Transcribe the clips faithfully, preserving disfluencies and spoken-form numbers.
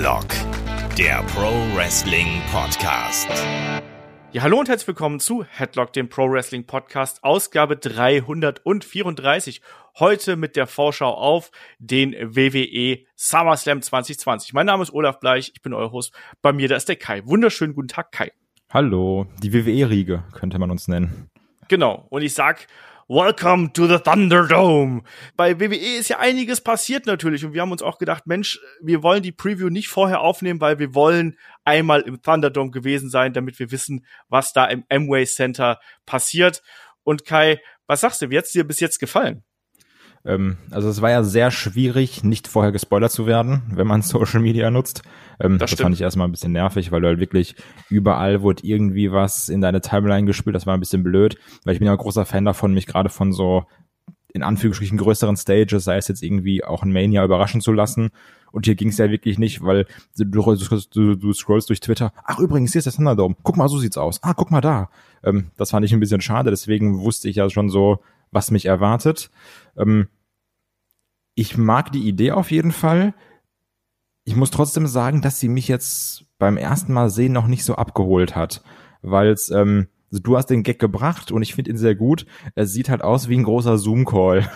Headlock, der Pro Wrestling Podcast. Ja, hallo und herzlich willkommen zu Headlock, dem Pro Wrestling Podcast, Ausgabe dreihundertvierunddreißig. Heute mit der Vorschau auf den W W E SummerSlam zwanzig zwanzig. Mein Name ist Olaf Bleich, ich bin euer Host. Bei mir, da ist der Kai. Wunderschönen guten Tag, Kai. Hallo, die W W E-Riege könnte man uns nennen. Genau, und ich sag Welcome to the Thunderdome. Bei W W E ist ja einiges passiert natürlich und wir haben uns auch gedacht, Mensch, wir wollen die Preview nicht vorher aufnehmen, weil wir wollen einmal im Thunderdome gewesen sein, damit wir wissen, was da im Amway Center passiert. Und Kai, was sagst du, wie hat's dir bis jetzt gefallen? Ähm, also es war ja sehr schwierig, nicht vorher gespoilert zu werden, wenn man Social Media nutzt. Ähm, das das fand ich erstmal ein bisschen nervig, weil du halt wirklich überall wurde irgendwie was in deine Timeline gespielt. Das war ein bisschen blöd, weil ich bin ja ein großer Fan davon, mich gerade von so in Anführungsstrichen größeren Stages, sei es jetzt irgendwie auch ein Mania, überraschen zu lassen. Und hier ging es ja wirklich nicht, weil du, du, du scrollst durch Twitter. Ach übrigens, hier ist der Thunderdome. Guck mal, so sieht's aus. Ah, guck mal da. Ähm, das fand ich ein bisschen schade. Deswegen wusste ich ja schon so, was mich erwartet. Ähm, ich mag die Idee auf jeden Fall. Ich muss trotzdem sagen, dass sie mich jetzt beim ersten Mal sehen noch nicht so abgeholt hat. Weil es, ähm, also du hast den Gag gebracht und ich finde ihn sehr gut. Er sieht halt aus wie ein großer Zoom-Call.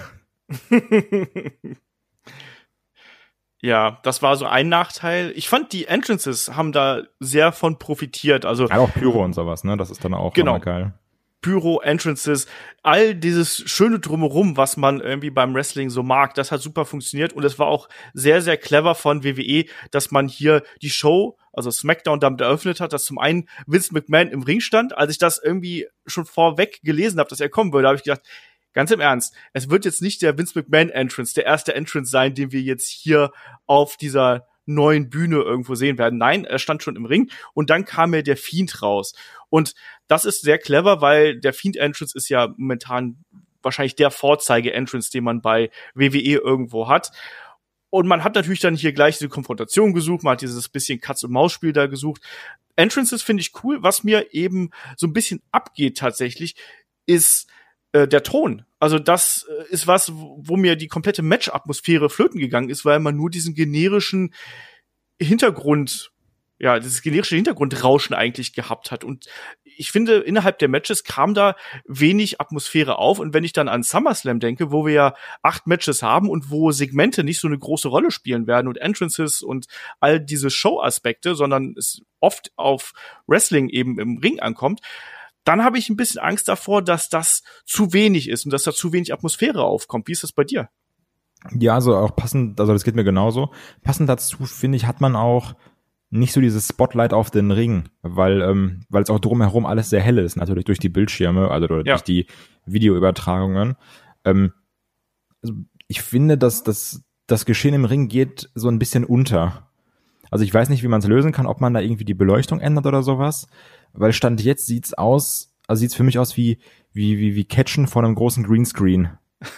Ja, das war so ein Nachteil. Ich fand, die Entrances haben da sehr von profitiert. Also ja, auch Pyro und sowas, ne? Das ist dann auch genau. geil. Pyro, Entrances, all dieses schöne Drumherum, was man irgendwie beim Wrestling so mag, das hat super funktioniert und es war auch sehr, sehr clever von W W E, dass man hier die Show, also SmackDown, damit eröffnet hat, dass zum einen Vince McMahon im Ring stand. Als ich das irgendwie schon vorweg gelesen habe, dass er kommen würde, habe ich gedacht, ganz im Ernst, es wird jetzt nicht der Vince McMahon Entrance, der erste Entrance sein, den wir jetzt hier auf dieser neuen Bühne irgendwo sehen werden. Nein, er stand schon im Ring und dann kam ja der Fiend raus. Und das ist sehr clever, weil der Fiend-Entrance ist ja momentan wahrscheinlich der Vorzeige-Entrance, den man bei W W E irgendwo hat. Und man hat natürlich dann hier gleich diese Konfrontation gesucht, man hat dieses bisschen Katz-und-Maus-Spiel da gesucht. Entrances finde ich cool. Was mir eben so ein bisschen abgeht tatsächlich, ist äh, der Ton. Also das äh, ist was, wo mir die komplette Match-Atmosphäre flöten gegangen ist, weil man nur diesen generischen Hintergrund ja, dieses generische Hintergrundrauschen eigentlich gehabt hat. Und ich finde, innerhalb der Matches kam da wenig Atmosphäre auf. Und wenn ich dann an SummerSlam denke, wo wir ja acht Matches haben und wo Segmente nicht so eine große Rolle spielen werden und Entrances und all diese Show-Aspekte, sondern es oft auf Wrestling eben im Ring ankommt, dann habe ich ein bisschen Angst davor, dass das zu wenig ist und dass da zu wenig Atmosphäre aufkommt. Wie ist das bei dir? Ja, also auch passend, also das geht mir genauso. Passend dazu, finde ich, hat man auch nicht so dieses Spotlight auf den Ring, weil ähm, weil es auch drumherum alles sehr hell ist, natürlich durch die Bildschirme, also durch ja. die Videoübertragungen. Ähm, also ich finde, dass das das Geschehen im Ring geht so ein bisschen unter. Also ich weiß nicht, wie man es lösen kann, ob man da irgendwie die Beleuchtung ändert oder sowas, weil Stand jetzt sieht's aus, also sieht's für mich aus wie wie wie wie Catchen vor einem großen Greenscreen.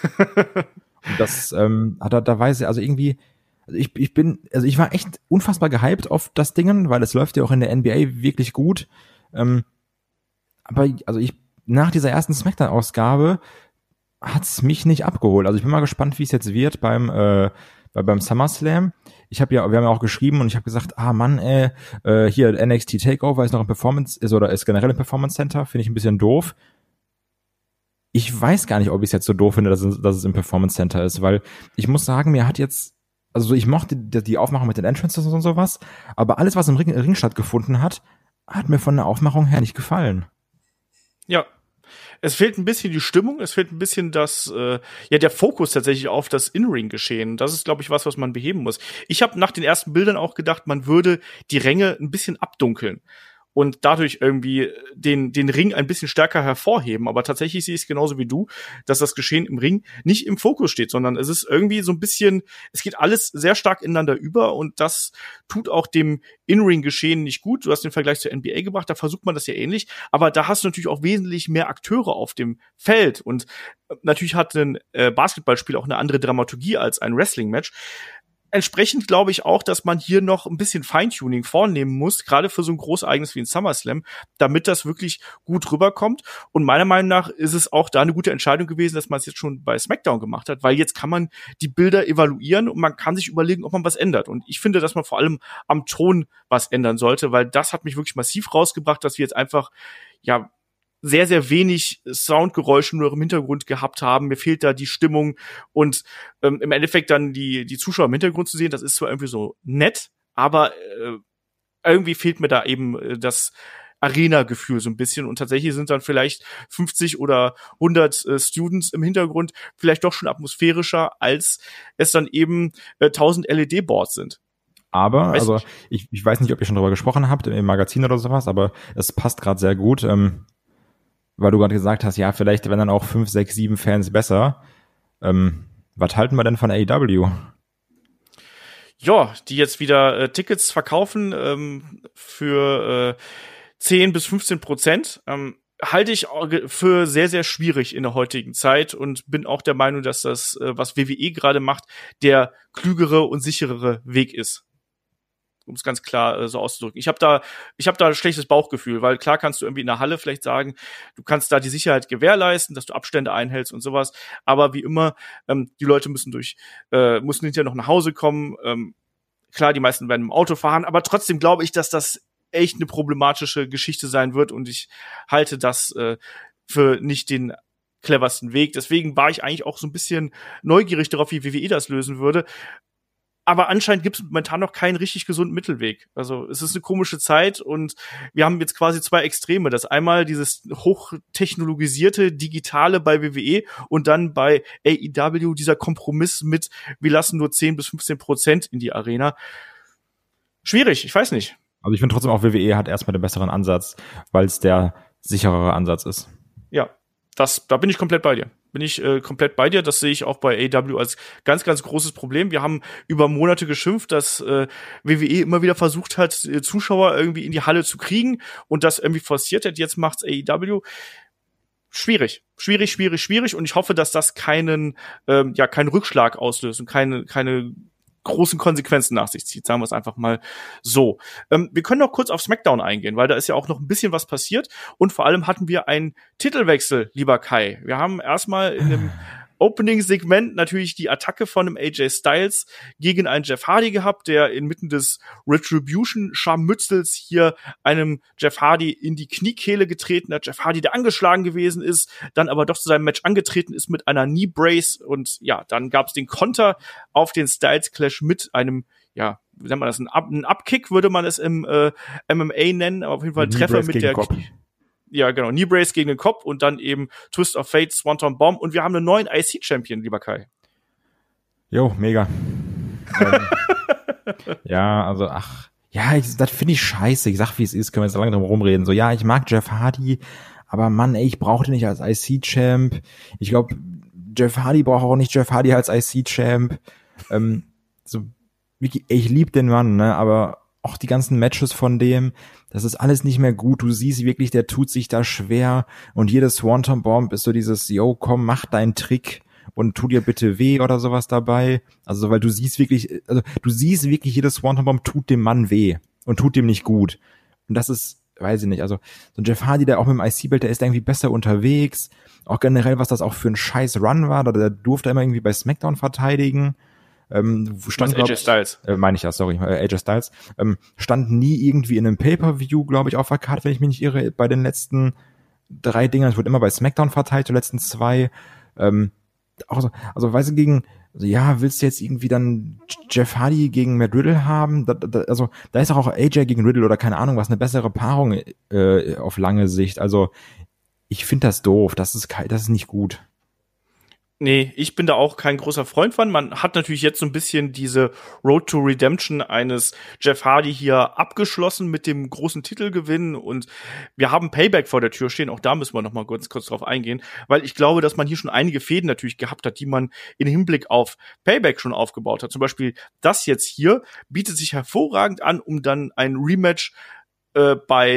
Und das ähm, da, da weiß ich, also irgendwie Ich, ich bin, also ich war echt unfassbar gehypt auf das Dingen, weil es läuft ja auch in der N B A wirklich gut. Ähm, aber also ich nach dieser ersten Smackdown-Ausgabe hat's mich nicht abgeholt. Also ich bin mal gespannt, wie es jetzt wird beim äh, beim SummerSlam. Ich habe ja, wir haben ja auch geschrieben und ich habe gesagt, ah Mann, ey, äh, hier N X T Takeover ist noch im Performance, ist oder ist generell im Performance Center, finde ich ein bisschen doof. Ich weiß gar nicht, ob ich es jetzt so doof finde, dass es, dass es im Performance Center ist, weil ich muss sagen, mir hat jetzt Also ich mochte die, die Aufmachung mit den Entrances und sowas, aber alles, was im Ring, Ring stattgefunden hat, hat mir von der Aufmachung her nicht gefallen. Ja, es fehlt ein bisschen die Stimmung, es fehlt ein bisschen das, äh, ja, der Fokus tatsächlich auf das In-Ring-Geschehen. Das ist, glaube ich, was, was man beheben muss. Ich habe nach den ersten Bildern auch gedacht, man würde die Ränge ein bisschen abdunkeln und dadurch irgendwie den den Ring ein bisschen stärker hervorheben. Aber tatsächlich sehe ich es genauso wie du, dass das Geschehen im Ring nicht im Fokus steht, sondern es ist irgendwie so ein bisschen, es geht alles sehr stark ineinander über und das tut auch dem In-Ring-Geschehen nicht gut. Du hast den Vergleich zur N B A gebracht, da versucht man das ja ähnlich, aber da hast du natürlich auch wesentlich mehr Akteure auf dem Feld und natürlich hat ein äh, Basketballspiel auch eine andere Dramaturgie als ein Wrestling-Match. Entsprechend glaube ich auch, dass man hier noch ein bisschen Feintuning vornehmen muss, gerade für so ein Großereignis wie ein SummerSlam, damit das wirklich gut rüberkommt. Und meiner Meinung nach ist es auch da eine gute Entscheidung gewesen, dass man es jetzt schon bei SmackDown gemacht hat, weil jetzt kann man die Bilder evaluieren und man kann sich überlegen, ob man was ändert. Und ich finde, dass man vor allem am Ton was ändern sollte, weil das hat mich wirklich massiv rausgebracht, dass wir jetzt einfach, ja, sehr, sehr wenig Soundgeräusche nur im Hintergrund gehabt haben. Mir fehlt da die Stimmung und ähm, im Endeffekt dann die die Zuschauer im Hintergrund zu sehen, das ist zwar irgendwie so nett, aber äh, irgendwie fehlt mir da eben äh, das Arena-Gefühl so ein bisschen und tatsächlich sind dann vielleicht fünfzig oder hundert äh, Students im Hintergrund vielleicht doch schon atmosphärischer, als es dann eben äh, tausend L E D-Boards sind. Aber, Weiß also ich, ich weiß nicht, ob ihr schon drüber gesprochen habt im Magazin oder sowas, aber es passt gerade sehr gut, ähm, weil du gerade gesagt hast, ja, vielleicht werden dann auch fünf, sechs, sieben Fans besser. Ähm, was halten wir denn von A E W? Ja, die jetzt wieder äh, Tickets verkaufen ähm, für äh, zehn bis fünfzehn Prozent. Ähm, halte ich für sehr, sehr schwierig in der heutigen Zeit und bin auch der Meinung, dass das, äh, was W W E gerade macht, der klügere und sicherere Weg ist. Um es ganz klar äh, so auszudrücken. Ich habe da, ich habe da ein schlechtes Bauchgefühl, weil klar kannst du irgendwie in der Halle vielleicht sagen, du kannst da die Sicherheit gewährleisten, dass du Abstände einhältst und sowas. Aber wie immer, ähm, die Leute müssen durch, äh, müssen hinterher noch nach Hause kommen. Ähm, klar, die meisten werden im Auto fahren, aber trotzdem glaube ich, dass das echt eine problematische Geschichte sein wird und ich halte das äh, für nicht den cleversten Weg. Deswegen war ich eigentlich auch so ein bisschen neugierig darauf, wie W W E das lösen würde. Aber anscheinend gibt es momentan noch keinen richtig gesunden Mittelweg. Also es ist eine komische Zeit und wir haben jetzt quasi zwei Extreme. Das einmal dieses hochtechnologisierte Digitale bei W W E und dann bei A E W dieser Kompromiss mit, wir lassen nur zehn bis fünfzehn Prozent in die Arena. Schwierig, ich weiß nicht. Also ich finde trotzdem auch W W E hat erstmal den besseren Ansatz, weil es der sicherere Ansatz ist. Ja, das, da bin ich komplett bei dir. Bin ich äh, komplett bei dir. Das sehe ich auch bei A E W als ganz, ganz großes Problem. Wir haben über Monate geschimpft, dass äh, W W E immer wieder versucht hat, äh, Zuschauer irgendwie in die Halle zu kriegen und das irgendwie forciert hat. Jetzt macht's A E W. Schwierig, schwierig, schwierig, schwierig. Und ich hoffe, dass das keinen, ähm, ja, keinen Rückschlag auslöst und keine, keine großen Konsequenzen nach sich zieht, sagen wir es einfach mal so. Ähm, wir können noch kurz auf SmackDown eingehen, weil da ist ja auch noch ein bisschen was passiert und vor allem hatten wir einen Titelwechsel, lieber Kai. Wir haben erstmal in dem Opening-Segment natürlich die Attacke von einem A J Styles gegen einen Jeff Hardy gehabt, der inmitten des Retribution-Scharmützels hier einem Jeff Hardy in die Kniekehle getreten hat. Jeff Hardy, der angeschlagen gewesen ist, dann aber doch zu seinem Match angetreten ist mit einer Knee-Brace und ja, dann gab es den Konter auf den Styles-Clash mit einem, ja, wie nennt man das, ein, Up- ein Upkick würde man es im äh, M M A nennen, aber auf jeden Fall ein Treffer mit der Knie. Ja, genau, Knee Brace gegen den Kopf und dann eben Twist of Fate, Swanton Bomb und wir haben einen neuen I C-Champion, lieber Kai. Jo, mega. ähm, ja, also, ach, ja, ich, das finde ich scheiße. Ich sag, wie es ist, können wir jetzt lange drum rumreden. So, ja, ich mag Jeff Hardy, aber Mann, ey, ich brauche den nicht als I C-Champ. Ich glaube, Jeff Hardy braucht auch nicht Jeff Hardy als I C-Champ. Ähm, so, wirklich, ey, ich lieb den Mann, ne, aber auch die ganzen Matches von dem, das ist alles nicht mehr gut. Du siehst wirklich, der tut sich da schwer und jedes Swanton Bomb ist so dieses, yo, komm, mach deinen Trick und tu dir bitte weh oder sowas dabei. Also, weil du siehst wirklich, also du siehst wirklich, jedes Swanton Bomb tut dem Mann weh und tut dem nicht gut. Und das ist, weiß ich nicht, also so ein Jeff Hardy, der auch mit dem I C-Belt, der ist da irgendwie besser unterwegs. Auch generell, was das auch für ein scheiß Run war, der durfte immer irgendwie bei SmackDown verteidigen. Ähm, stand, A J Styles. Äh, meine ich ja, sorry, äh, A J Styles. Ähm, stand nie irgendwie in einem Pay-Per-View, glaube ich, auf der Karte, wenn ich mich nicht irre, bei den letzten drei Dingern. Es wurde immer bei SmackDown verteilt, die letzten zwei. Ähm, auch so, also, weißt du, gegen, also, ja, willst du jetzt irgendwie dann Jeff Hardy gegen Matt Riddle haben? Da, da, also, da ist auch A J gegen Riddle oder keine Ahnung was, eine bessere Paarung äh, auf lange Sicht. Also, ich finde das doof. Das ist, das ist nicht gut. Nee, ich bin da auch kein großer Freund von. Man hat natürlich jetzt so ein bisschen diese Road to Redemption eines Jeff Hardy hier abgeschlossen mit dem großen Titelgewinn und wir haben Payback vor der Tür stehen. Auch da müssen wir noch mal kurz, kurz drauf eingehen, weil ich glaube, dass man hier schon einige Fäden natürlich gehabt hat, die man in Hinblick auf Payback schon aufgebaut hat. Zum Beispiel das jetzt hier bietet sich hervorragend an, um dann ein Rematch äh, bei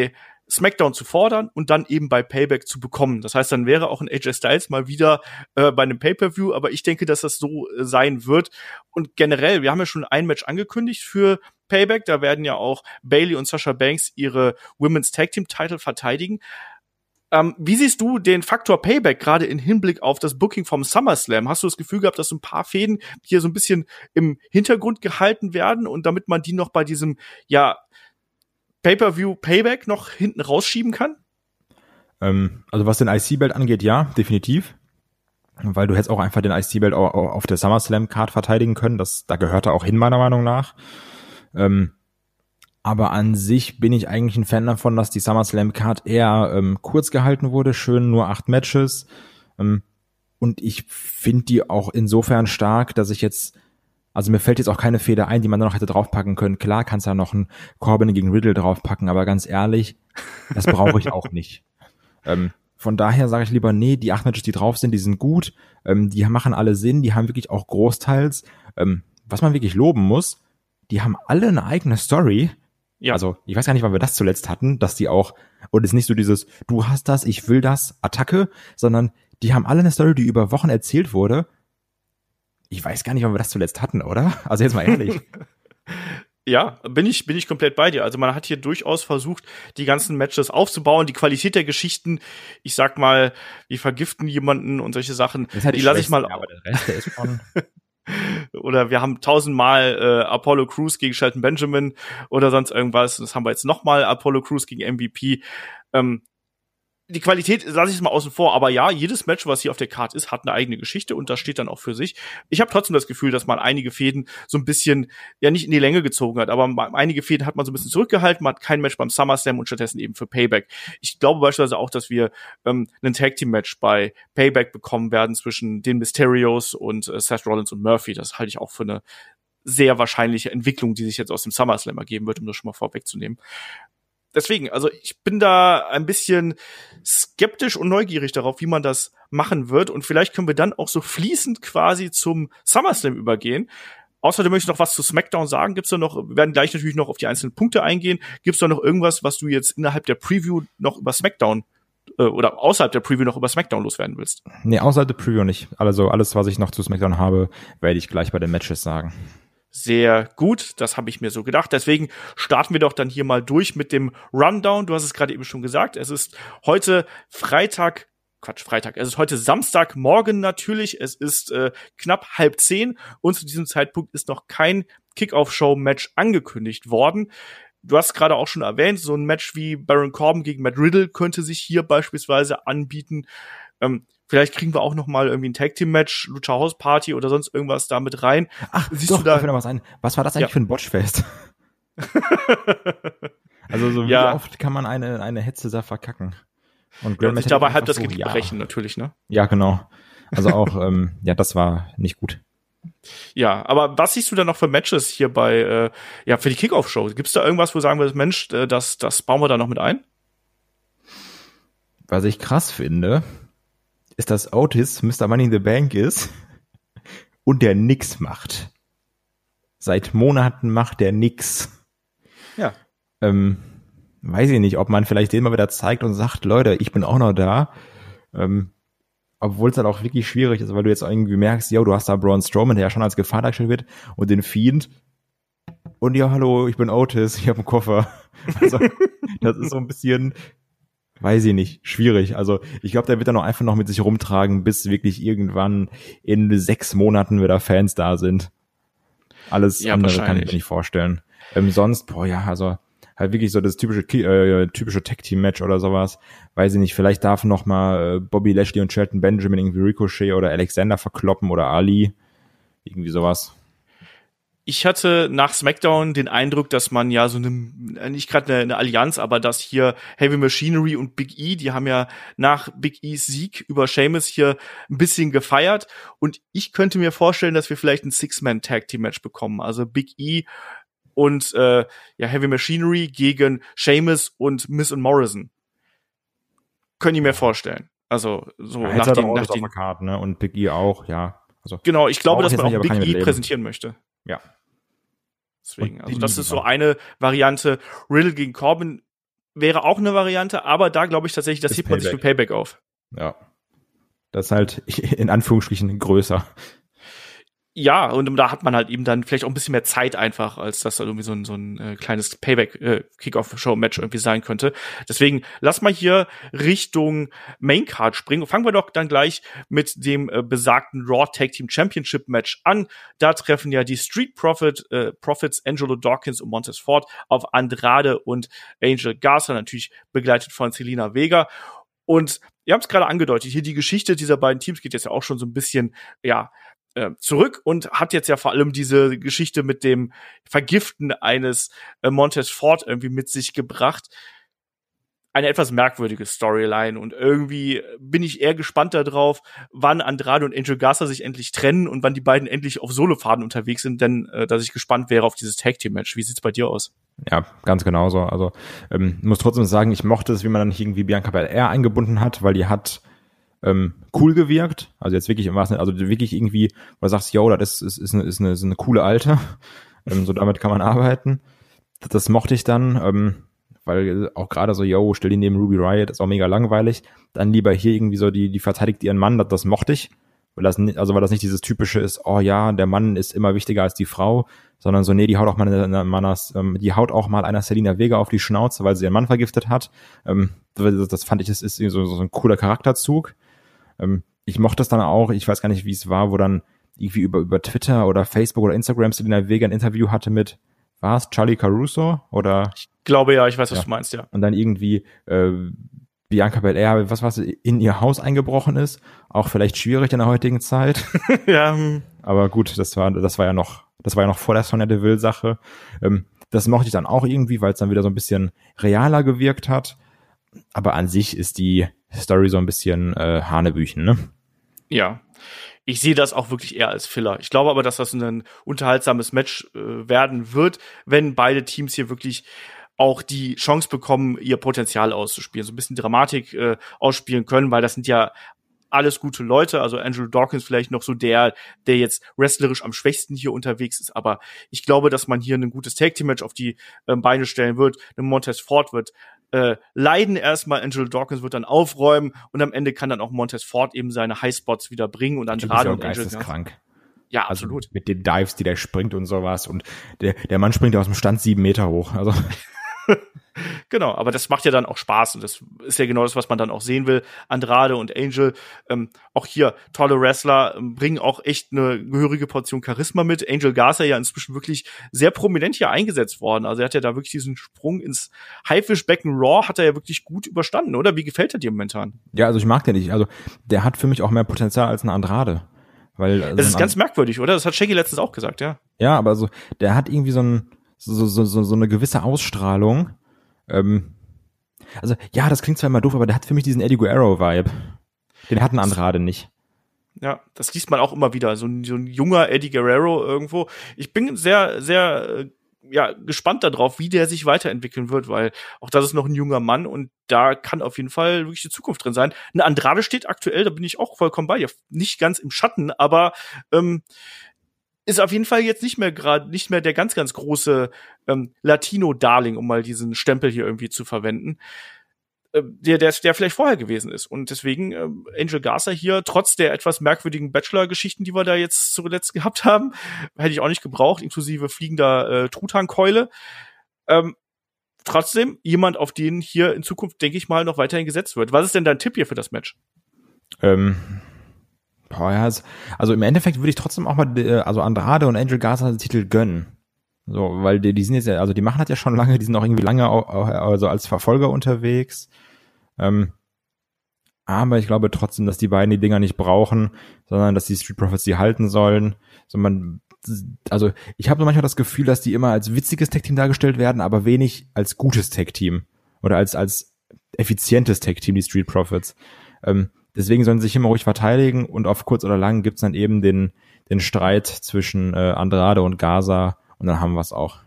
SmackDown zu fordern und dann eben bei Payback zu bekommen. Das heißt, dann wäre auch ein A J Styles mal wieder äh, bei einem Pay-Per-View, aber ich denke, dass das so äh, sein wird. Und generell, wir haben ja schon ein Match angekündigt für Payback, da werden ja auch Bayley und Sasha Banks ihre Women's Tag Team Title verteidigen. Ähm, wie siehst du den Faktor Payback gerade in Hinblick auf das Booking vom SummerSlam? Hast du das Gefühl gehabt, dass so ein paar Fäden hier so ein bisschen im Hintergrund gehalten werden und damit man die noch bei diesem, ja, Pay-Per-View Payback noch hinten rausschieben kann? Ähm, also was den I C-Belt angeht, ja, definitiv. Weil du hättest auch einfach den I C-Belt auf der SummerSlam-Card verteidigen können. Das, da gehört er auch hin, meiner Meinung nach. Ähm, aber an sich bin ich eigentlich ein Fan davon, dass die SummerSlam-Card eher ähm, kurz gehalten wurde. Schön nur acht Matches. Ähm, und ich finde die auch insofern stark, dass ich jetzt Also mir fällt jetzt auch keine Feder ein, die man noch hätte draufpacken können. Klar kannst du ja noch einen Corbin gegen Riddle draufpacken, aber ganz ehrlich, das brauche ich auch nicht. Ähm, von daher sage ich lieber, nee, die acht Matches, die drauf sind, die sind gut, ähm, die machen alle Sinn, die haben wirklich auch großteils, ähm, was man wirklich loben muss, die haben alle eine eigene Story. Ja. Also ich weiß gar nicht, wann wir das zuletzt hatten, dass die auch, und es ist nicht so dieses, du hast das, ich will das, Attacke, sondern die haben alle eine Story, die über Wochen erzählt wurde. Ich weiß gar nicht, wann wir das zuletzt hatten, oder? Also jetzt mal ehrlich. Ja, bin ich, bin ich komplett bei dir. Also man hat hier durchaus versucht, die ganzen Matches aufzubauen, die Qualität der Geschichten, ich sag mal, wir vergiften jemanden und solche Sachen, halt die lasse ich mal. Ja, aber der Rest, der ist schon. Oder wir haben tausendmal äh, Apollo Crews gegen Shelton Benjamin oder sonst irgendwas. Das haben wir jetzt nochmal Apollo Crews gegen M V P. Ähm, Die Qualität lasse ich es mal außen vor, aber ja, jedes Match, was hier auf der Card ist, hat eine eigene Geschichte und das steht dann auch für sich. Ich habe trotzdem das Gefühl, dass man einige Fäden so ein bisschen, ja nicht in die Länge gezogen hat, aber einige Fäden hat man so ein bisschen zurückgehalten, man hat kein Match beim SummerSlam und stattdessen eben für Payback. Ich glaube beispielsweise auch, dass wir ähm, ein Tag-Team-Match bei Payback bekommen werden zwischen den Mysterios und äh, Seth Rollins und Murphy. Das halte ich auch für eine sehr wahrscheinliche Entwicklung, die sich jetzt aus dem SummerSlam ergeben wird, um das schon mal vorwegzunehmen. Deswegen, also ich bin da ein bisschen skeptisch und neugierig darauf, wie man das machen wird. Und vielleicht können wir dann auch so fließend quasi zum SummerSlam übergehen. Außerdem möchte ich noch was zu SmackDown sagen. Gibt's da noch, wir werden gleich natürlich noch auf die einzelnen Punkte eingehen. Gibt's da noch irgendwas, was du jetzt innerhalb der Preview noch über SmackDown äh, oder außerhalb der Preview noch über SmackDown loswerden willst? Nee, außerhalb der Preview nicht. Also alles, was ich noch zu SmackDown habe, werde ich gleich bei den Matches sagen. Sehr gut, das habe ich mir so gedacht. Deswegen starten wir doch dann hier mal durch mit dem Rundown. Du hast es gerade eben schon gesagt. Es ist heute Freitag, Quatsch, Freitag. Es ist heute Samstagmorgen natürlich. Es ist äh, knapp halb zehn und zu diesem Zeitpunkt ist noch kein Kickoff-Show-Match angekündigt worden. Du hast gerade auch schon erwähnt, so ein Match wie Baron Corbin gegen Matt Riddle könnte sich hier beispielsweise anbieten. Ähm, Vielleicht kriegen wir auch noch mal irgendwie ein Tag-Team-Match, Lucha House Party oder sonst irgendwas da mit rein. Ach, siehst doch, du da? Noch was ein. Was war das eigentlich ja. für ein Botchfest? Also so ja. wie oft kann man eine eine Hetze da verkacken? Und Grand ja, sich dabei halb das Genick so, brechen ja. natürlich, ne? Ja, genau. Also auch, ähm, ja, das war nicht gut. Ja, aber was siehst du da noch für Matches hier bei, äh, ja, für die Kickoff-Show? Gibt's da irgendwas, wo sagen wir, Mensch, das, das bauen wir da noch mit ein? Was ich krass finde, ist, dass Otis Mister Money in the Bank ist und der nix macht. Seit Monaten macht der nix. Ja. Ähm, weiß ich nicht, ob man vielleicht den mal wieder zeigt und sagt, Leute, ich bin auch noch da. Ähm, obwohl es dann auch wirklich schwierig ist, weil du jetzt irgendwie merkst, ja, du hast da Braun Strowman, der ja schon als Gefahr dargestellt wird, und den Fiend. Und ja, hallo, ich bin Otis, ich habe einen Koffer. Also, das ist so ein bisschen... Weiß ich nicht, schwierig. Also ich glaube, der wird dann auch einfach noch mit sich rumtragen, bis wirklich irgendwann in sechs Monaten wieder Fans da sind. Alles ja, andere kann ich mir nicht vorstellen. Ähm, sonst, boah ja, also halt wirklich so das typische äh, typische Tag-Team-Match oder sowas. Weiß ich nicht, vielleicht darf noch mal äh, Bobby Lashley und Shelton Benjamin irgendwie Ricochet oder Alexander verkloppen oder Ali. Irgendwie sowas. Ich hatte nach SmackDown den Eindruck, dass man ja so eine, nicht gerade eine, eine Allianz, aber dass hier Heavy Machinery und Big E, die haben ja nach Big E's Sieg über Sheamus hier ein bisschen gefeiert. Und ich könnte mir vorstellen, dass wir vielleicht ein Six-Man-Tag-Team-Match bekommen. Also Big E und äh, ja Heavy Machinery gegen Sheamus und Miz und Morrison. Können die mir vorstellen. Also so ja, nach halt den, nach den Card, ne? Und Big E auch, ja. Also genau, ich glaube, dass man auch Big E präsentieren möchte. Ja. Deswegen, also das ist so eine Variante. Riddle gegen Corbin wäre auch eine Variante, aber da glaube ich tatsächlich, das, das hebt man sich für Payback auf. Ja. Das ist halt in Anführungsstrichen größer. Ja, und da hat man halt eben dann vielleicht auch ein bisschen mehr Zeit einfach, als das dann irgendwie so ein, so ein äh, kleines Payback-Kick-Off-Show-Match äh, irgendwie sein könnte. Deswegen lass mal hier Richtung Maincard springen. Fangen wir doch dann gleich mit dem äh, besagten Raw Tag Team Championship Match an. Da treffen ja die Street Profit, äh, Profits Angelo Dawkins und Montez Ford auf Andrade und Angel Garza, natürlich begleitet von Zelina Vega. Und ihr habt es gerade angedeutet, hier die Geschichte dieser beiden Teams geht jetzt ja auch schon so ein bisschen, ja, zurück und hat jetzt ja vor allem diese Geschichte mit dem Vergiften eines äh, Montez Ford irgendwie mit sich gebracht. Eine etwas merkwürdige Storyline und irgendwie bin ich eher gespannt darauf, wann Andrade und Angel Garza sich endlich trennen und wann die beiden endlich auf Solofaden unterwegs sind, denn äh, dass ich gespannt wäre auf dieses Tag-Team-Match. Wie sieht's bei dir aus? Ja, ganz genauso. Also ähm, muss trotzdem sagen, ich mochte es, wie man dann nicht irgendwie Bianca Belair eingebunden hat, weil die hat Ähm, cool gewirkt, also jetzt wirklich im wahrsten, also wirklich irgendwie, wo du sagst, yo, das ist, ist, ist, eine, ist, eine, ist eine coole Alte, ähm, so damit kann man arbeiten. Das, das mochte ich dann, ähm, weil auch gerade so, yo, stell ihn neben Ruby Riott, ist auch mega langweilig, dann lieber hier irgendwie so, die, die verteidigt ihren Mann, das, das mochte ich, weil das, also weil das nicht dieses typische ist, oh ja, der Mann ist immer wichtiger als die Frau, sondern so, nee, die haut auch mal einer, einer, ähm, die haut auch mal einer Zelina Vega auf die Schnauze, weil sie ihren Mann vergiftet hat, ähm, das, das fand ich, das ist so, so ein cooler Charakterzug. Ich mochte es dann auch, ich weiß gar nicht, wie es war, wo dann irgendwie über, über Twitter oder Facebook oder Instagram Zelina Vega ein Interview hatte mit, war es Charlie Caruso? Oder? Ich glaube ja, ich weiß, was ja. du meinst, ja. Und dann irgendwie äh, Bianca Belair, was was in ihr Haus eingebrochen ist, auch vielleicht schwierig in der heutigen Zeit. Ja. Aber gut, das war das war ja noch, das war ja noch vor der Sonya Deville-Sache. Ähm, das mochte ich dann auch irgendwie, weil es dann wieder so ein bisschen realer gewirkt hat. Aber an sich ist die Story so ein bisschen äh, Hanebüchen, ne? Ja. Ich sehe das auch wirklich eher als Filler. Ich glaube aber, dass das ein unterhaltsames Match äh, werden wird, wenn beide Teams hier wirklich auch die Chance bekommen, ihr Potenzial auszuspielen, so ein bisschen Dramatik äh, ausspielen können, weil das sind ja alles gute Leute, also Angelo Dawkins vielleicht noch so der, der jetzt wrestlerisch am schwächsten hier unterwegs ist, aber ich glaube, dass man hier ein gutes Tag-Team-Match auf die ähm, Beine stellen wird. Ein Montez Ford wird äh, leiden erstmal, Angelo Dawkins wird dann aufräumen und am Ende kann dann auch Montez Ford eben seine Highspots wieder bringen und Andrade und Angel. Geisteskrank. Ja, absolut. Also mit den Dives, die der springt und sowas und der, der Mann springt aus dem Stand sieben Meter hoch, also Genau, aber das macht ja dann auch Spaß und das ist ja genau das, was man dann auch sehen will. Andrade und Angel, ähm, auch hier tolle Wrestler, ähm, bringen auch echt eine gehörige Portion Charisma mit. Angel Garza ja inzwischen wirklich sehr prominent hier eingesetzt worden. Also er hat ja da wirklich diesen Sprung ins Haifischbecken Raw, hat er ja wirklich gut überstanden, oder? Wie gefällt er dir momentan? Ja, also ich mag den nicht. Also der hat für mich auch mehr Potenzial als ein Andrade. Weil, also das ist ganz merkwürdig, oder? Das hat Shaggy letztens auch gesagt, ja. Ja, aber so, der hat irgendwie so ein so, so, so, so eine gewisse Ausstrahlung. Ähm, also, ja, das klingt zwar immer doof, aber der hat für mich diesen Eddie Guerrero-Vibe. Den hat ein Andrade nicht. Ja, das liest man auch immer wieder. So ein, so ein junger Eddie Guerrero irgendwo. Ich bin sehr, sehr ja, gespannt darauf, wie der sich weiterentwickeln wird, weil auch das ist noch ein junger Mann und da kann auf jeden Fall wirklich die Zukunft drin sein. Ein Andrade steht aktuell, da bin ich auch vollkommen bei dir. Nicht ganz im Schatten, aber ähm, ist auf jeden Fall jetzt nicht mehr gerade nicht mehr der ganz, ganz große ähm, Latino-Darling, um mal diesen Stempel hier irgendwie zu verwenden, äh, der, der, der vielleicht vorher gewesen ist. Und deswegen äh, Angel Garza hier, trotz der etwas merkwürdigen Bachelor-Geschichten, die wir da jetzt zuletzt gehabt haben, hätte ich auch nicht gebraucht, inklusive fliegender äh, Truthahnkeule. Ähm, trotzdem jemand, auf den hier in Zukunft, denke ich mal, noch weiterhin gesetzt wird. Was ist denn dein Tipp hier für das Match? Ähm Boah, ja, also im Endeffekt würde ich trotzdem auch mal, also Andrade und Angel Garza den Titel gönnen. So, weil die, die sind jetzt ja, also die machen das ja schon lange, die sind auch irgendwie lange auch, also als Verfolger unterwegs. Ähm, aber ich glaube trotzdem, dass die beiden die Dinger nicht brauchen, sondern dass die Street Profits die halten sollen. So man, also ich habe so manchmal das Gefühl, dass die immer als witziges Tag-Team dargestellt werden, aber wenig als gutes Tag-Team oder als als effizientes Tag-Team, die Street Profits. Ähm, Deswegen sollen sie sich immer ruhig verteidigen und auf kurz oder lang gibt's dann eben den den Streit zwischen äh, Andrade und Garza und dann haben wir es auch.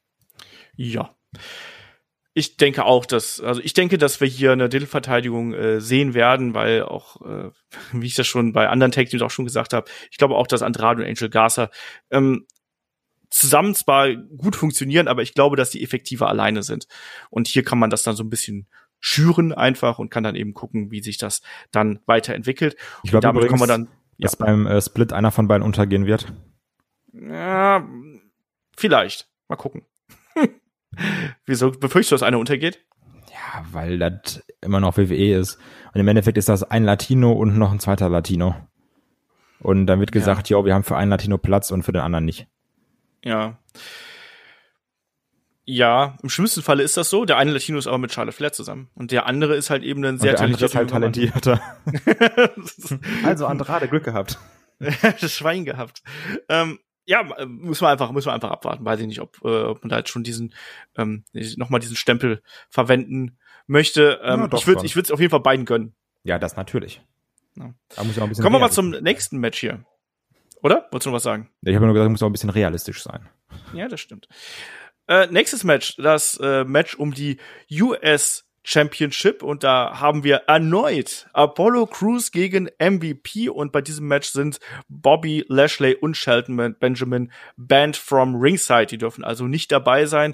Ja. Ich denke auch, dass, also ich denke, dass wir hier eine Titelverteidigung äh, sehen werden, weil auch, äh, wie ich das schon bei anderen Tag-Teams auch schon gesagt habe, ich glaube auch, dass Andrade und Angel Garza ähm, zusammen zwar gut funktionieren, aber ich glaube, dass die effektiver alleine sind. Und hier kann man das dann so ein bisschen schüren einfach und kann dann eben gucken, wie sich das dann weiterentwickelt. Ich glaube, damit übrigens, kommen wir dann, ja. dass beim äh, Split einer von beiden untergehen wird. Ja, vielleicht. Mal gucken. Wieso befürchtest du, dass einer untergeht? Ja, weil das immer noch W W E ist. Und im Endeffekt ist das ein Latino und noch ein zweiter Latino. Und dann wird gesagt, ja, wir haben für einen Latino Platz und für den anderen nicht. Ja. Ja, im schlimmsten Falle ist das so. Der eine Latino ist aber mit Charlotte Flair zusammen. Und der andere ist halt eben ein sehr talentierter. Halt talentierter. Also Andrade, Glück gehabt. Das Schwein gehabt. Ähm, ja, müssen wir einfach, müssen wir einfach abwarten. Weiß ich nicht, ob, äh, ob man da jetzt schon diesen, ähm, nochmal diesen Stempel verwenden möchte. Ähm, ja, ich würde, ich würde es auf jeden Fall beiden gönnen. Ja, das natürlich. Ja. Da muss ich auch ein bisschen Kommen wir mal zum nächsten Match hier. Oder? Wolltest du noch was sagen? Ja, ich habe nur gesagt, muss auch ein bisschen realistisch sein. Ja, das stimmt. Äh, nächstes Match, das äh, Match um die U S Championship, und da haben wir erneut Apollo Crews gegen M V P, und bei diesem Match sind Bobby Lashley und Shelton Benjamin banned from ringside. Die dürfen also nicht dabei sein.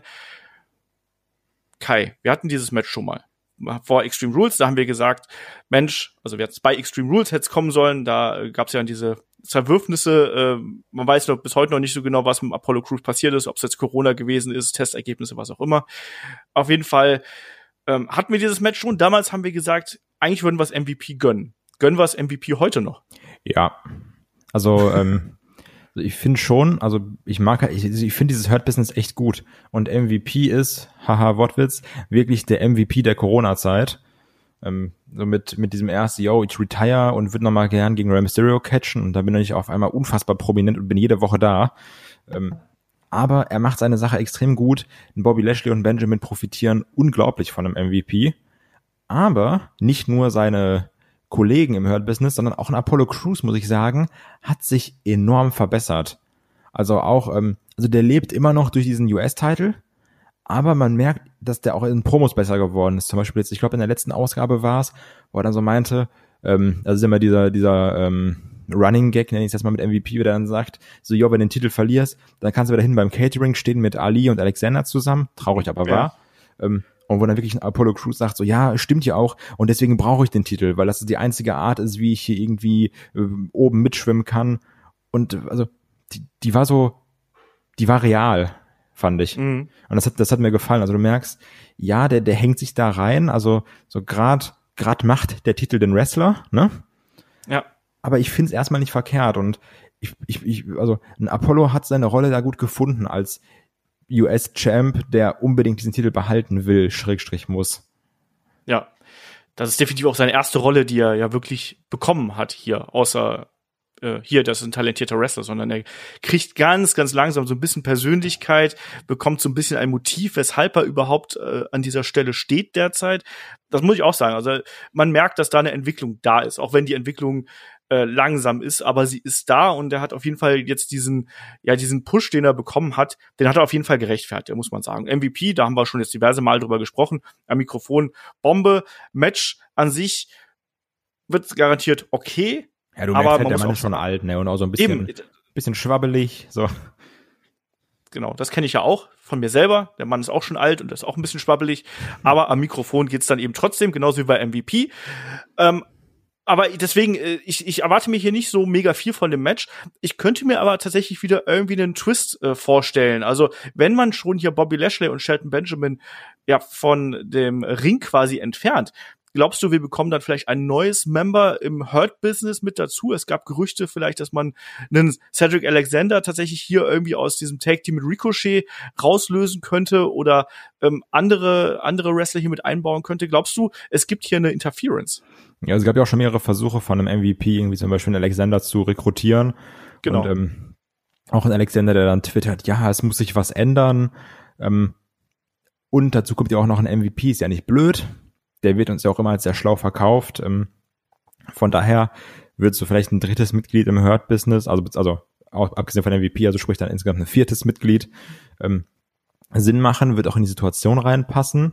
Kai, wir hatten dieses Match schon mal vor Extreme Rules, da haben wir gesagt, Mensch, also wir hatten bei Extreme Rules hätte es kommen sollen, da gab es ja diese Zerwürfnisse, äh, man weiß noch bis heute noch nicht so genau, was mit Apollo Crews passiert ist, ob es jetzt Corona gewesen ist, Testergebnisse, was auch immer. Auf jeden Fall ähm, hatten wir dieses Match schon. Damals haben wir gesagt, eigentlich würden wir es M V P gönnen. Gönnen wir es M V P heute noch? Ja, also ähm, ich finde schon, also ich mag, ich, ich finde dieses Hurt-Business echt gut. Und M V P ist, haha, Wortwitz, wirklich der M V P der Corona-Zeit. Ähm, so mit mit diesem ersten, yo, ich retire und würde nochmal gern gegen Rey Mysterio catchen. Und da bin ich auf einmal unfassbar prominent und bin jede Woche da. Ähm, aber er macht seine Sache extrem gut. Bobby Lashley und Benjamin profitieren unglaublich von einem M V P. Aber nicht nur seine Kollegen im Hurt-Business, sondern auch ein Apollo Crews, muss ich sagen, hat sich enorm verbessert. Also auch, ähm, also der lebt immer noch durch diesen U S-Title, aber man merkt, dass der auch in Promos besser geworden ist. Zum Beispiel jetzt, ich glaube in der letzten Ausgabe war es, wo er dann so meinte, ähm, also ist immer dieser, dieser ähm, Running Gag, nenne ich es jetzt mal mit M V P, wie der dann sagt, so, jo, wenn du den Titel verlierst, dann kannst du wieder hin beim Catering stehen mit Ali und Alexander zusammen, traurig aber ja. wahr, ähm, und wo dann wirklich ein Apollo Crews sagt, so, ja, stimmt ja auch, und deswegen brauche ich den Titel, weil das die einzige Art ist, wie ich hier irgendwie äh, oben mitschwimmen kann. Und also, die, die war so, die war real, fand ich. Mhm. Und das hat, das hat mir gefallen. Also du merkst, ja, der, der hängt sich da rein, also so grad, grad macht der Titel den Wrestler, ne? Ja. Aber ich find's erstmal nicht verkehrt, und ich, ich, ich, also ein Apollo hat seine Rolle da gut gefunden als U S-Champ, der unbedingt diesen Titel behalten will, Schrägstrich muss. Ja, das ist definitiv auch seine erste Rolle, die er ja wirklich bekommen hat hier, außer äh, hier, das ist ein talentierter Wrestler, sondern er kriegt ganz, ganz langsam so ein bisschen Persönlichkeit, bekommt so ein bisschen ein Motiv, weshalb er überhaupt äh, an dieser Stelle steht derzeit. Das muss ich auch sagen, also man merkt, dass da eine Entwicklung da ist, auch wenn die Entwicklung Äh, langsam ist, aber sie ist da, und er hat auf jeden Fall jetzt diesen, ja, diesen Push, den er bekommen hat, den hat er auf jeden Fall gerechtfertigt, muss man sagen. M V P, da haben wir schon jetzt diverse Mal drüber gesprochen, am Mikrofon, Bombe, Match an sich wird garantiert okay. Ja, du aber merkst halt, man der muss Mann auch ist schon alt, ne, und auch so ein bisschen, eben, bisschen schwabbelig, so. Genau, das kenne ich ja auch von mir selber. Der Mann ist auch schon alt und ist auch ein bisschen schwabbelig, aber am Mikrofon geht's dann eben trotzdem, genauso wie bei M V P. Ähm, Aber deswegen, ich, ich erwarte mir hier nicht so mega viel von dem Match. Ich könnte mir aber tatsächlich wieder irgendwie einen Twist äh, vorstellen. Also, wenn man schon hier Bobby Lashley und Shelton Benjamin ja von dem Ring quasi entfernt, glaubst du, wir bekommen dann vielleicht ein neues Member im Hurt-Business mit dazu? Es gab Gerüchte vielleicht, dass man einen Cedric Alexander tatsächlich hier irgendwie aus diesem Tag-Team mit Ricochet rauslösen könnte oder ähm, andere andere Wrestler hier mit einbauen könnte. Glaubst du, es gibt hier eine Interference? Ja, es gab ja auch schon mehrere Versuche von einem M V P, irgendwie zum Beispiel einen Alexander zu rekrutieren. Genau. Und ähm, auch ein Alexander, der dann twittert, ja, es muss sich was ändern. Ähm, und dazu kommt ja auch noch ein M V P, ist ja nicht blöd. Der wird uns ja auch immer als sehr schlau verkauft. Ähm, von daher wird so vielleicht ein drittes Mitglied im Hurt-Business, also, also auch abgesehen von M V P, also sprich dann insgesamt ein viertes Mitglied, ähm, Sinn machen, wird auch in die Situation reinpassen.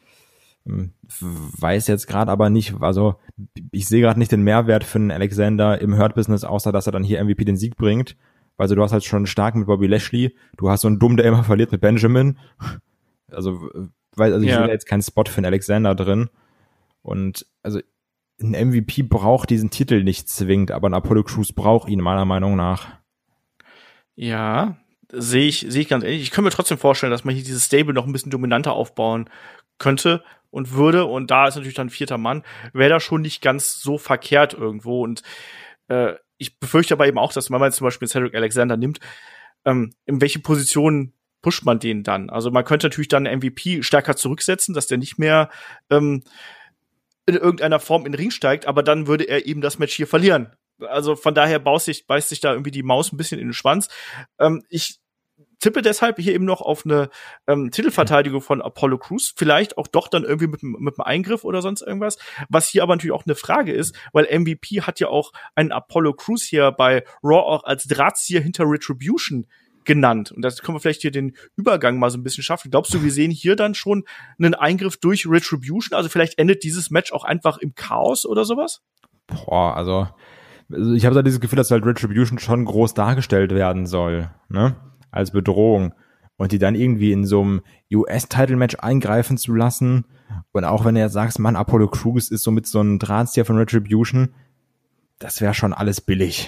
Weiß jetzt gerade aber nicht, also ich sehe gerade nicht den Mehrwert für einen Alexander im Hurt-Business, außer dass er dann hier M V P den Sieg bringt. Also du hast halt schon stark mit Bobby Lashley, du hast so einen Dumm, der immer verliert mit Benjamin. Also, weil, also ich Ja. sehe da jetzt keinen Spot für einen Alexander drin. Und also ein M V P braucht diesen Titel nicht zwingend, aber ein Apollo Crews braucht ihn meiner Meinung nach. Ja, sehe ich, sehe ich ganz ehrlich. Ich könnte mir trotzdem vorstellen, dass man hier dieses Stable noch ein bisschen dominanter aufbauen könnte und würde. Und da ist natürlich dann ein vierter Mann, wäre da schon nicht ganz so verkehrt irgendwo. Und äh, ich befürchte aber eben auch, dass wenn man jetzt zum Beispiel Cedric Alexander nimmt, ähm, in welche Position pusht man den dann? Also man könnte natürlich dann M V P stärker zurücksetzen, dass der nicht mehr ähm, in irgendeiner Form in den Ring steigt, aber dann würde er eben das Match hier verlieren. Also von daher beißt sich, beißt sich da irgendwie die Maus ein bisschen in den Schwanz. Ähm, ich tippe deshalb hier eben noch auf eine ähm, Titelverteidigung von Apollo Crews, vielleicht auch doch dann irgendwie mit, mit einem Eingriff oder sonst irgendwas, was hier aber natürlich auch eine Frage ist, weil M V P hat ja auch einen Apollo Crews hier bei Raw auch als Drahtzieher hinter Retribution genannt. Und das können wir vielleicht hier den Übergang mal so ein bisschen schaffen. Glaubst du, wir sehen hier dann schon einen Eingriff durch Retribution? Also vielleicht endet dieses Match auch einfach im Chaos oder sowas? Boah, also ich habe da dieses Gefühl, dass halt Retribution schon groß dargestellt werden soll, ne? Als Bedrohung. Und die dann irgendwie in so einem U S-Title-Match eingreifen zu lassen. Und auch wenn du jetzt sagst, Mann, Apollo Crews ist so mit so einem Drahtzieher von Retribution, das wäre schon alles billig.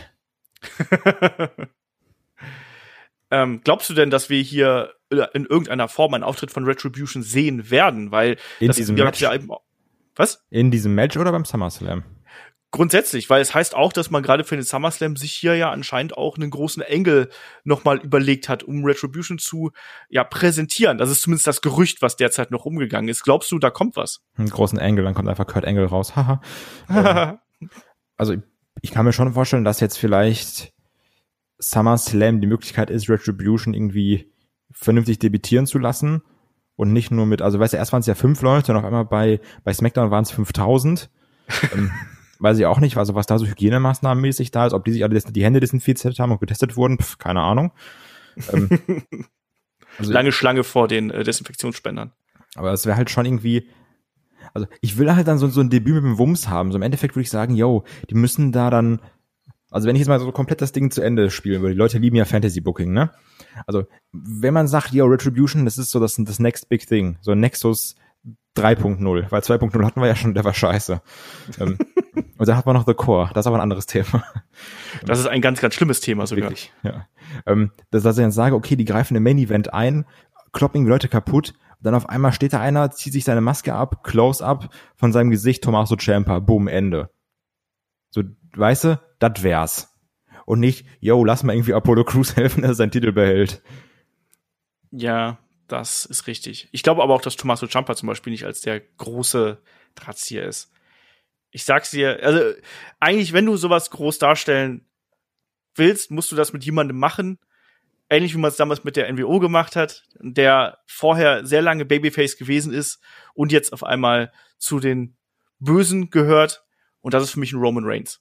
ähm, glaubst du denn, dass wir hier in irgendeiner Form einen Auftritt von Retribution sehen werden? Weil in das diesem ja, Match? ja eben, was? In diesem Match oder beim SummerSlam? Grundsätzlich, weil es heißt auch, dass man gerade für den SummerSlam sich hier ja anscheinend auch einen großen Engel nochmal überlegt hat, um Retribution zu ja präsentieren. Das ist zumindest das Gerücht, was derzeit noch rumgegangen ist. Glaubst du, da kommt was? Einen großen Engel, dann kommt einfach Kurt Angle raus. Haha. ähm, also ich, ich kann mir schon vorstellen, dass jetzt vielleicht SummerSlam die Möglichkeit ist, Retribution irgendwie vernünftig debütieren zu lassen und nicht nur mit, also weißt du, erst waren es ja fünf Leute und auf einmal bei bei SmackDown waren es fünftausend. ähm, weiß ich auch nicht, also was da so hygienemaßnahmenmäßig da ist, ob die sich alle die Hände desinfiziert haben und getestet wurden, pf, keine Ahnung. ähm, also, Lange Schlange vor den äh, Desinfektionsspendern. Aber es wäre halt schon irgendwie, also ich will halt dann so, so ein Debüt mit dem Wumms haben. So im Endeffekt würde ich sagen, yo, die müssen da dann, also wenn ich jetzt mal so komplett das Ding zu Ende spielen würde, die Leute lieben ja Fantasy-Booking, ne? Also wenn man sagt, yo, Retribution, das ist so das, das Next Big Thing, so Nexus drei Punkt null, weil zwei Punkt null hatten wir ja schon, der war scheiße. ähm, und dann hat man noch The Core, das ist aber ein anderes Thema. Das ist ein ganz, ganz schlimmes Thema sogar. Wirklich, ja. Ähm, dass, dass ich dann sage, okay, die greifen im Main-Event ein, kloppen die Leute kaputt, und dann auf einmal steht da einer, zieht sich seine Maske ab, Close-up von seinem Gesicht, Tommaso Ciampa, boom, Ende. So, weißt du, das wär's. Und nicht, yo, lass mal irgendwie Apollo Crews helfen, dass er seinen Titel behält. Ja, das ist richtig. Ich glaube aber auch, dass Tommaso Ciampa zum Beispiel nicht als der große Drahtzieher ist. Ich sag's dir, also eigentlich, wenn du sowas groß darstellen willst, musst du das mit jemandem machen, ähnlich wie man es damals mit der N W O gemacht hat, der vorher sehr lange Babyface gewesen ist und jetzt auf einmal zu den Bösen gehört. Und das ist für mich ein Roman Reigns.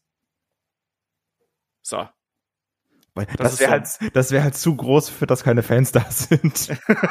So. Weil das, das wäre so. halt, das wäre halt zu groß, für das keine Fans da sind.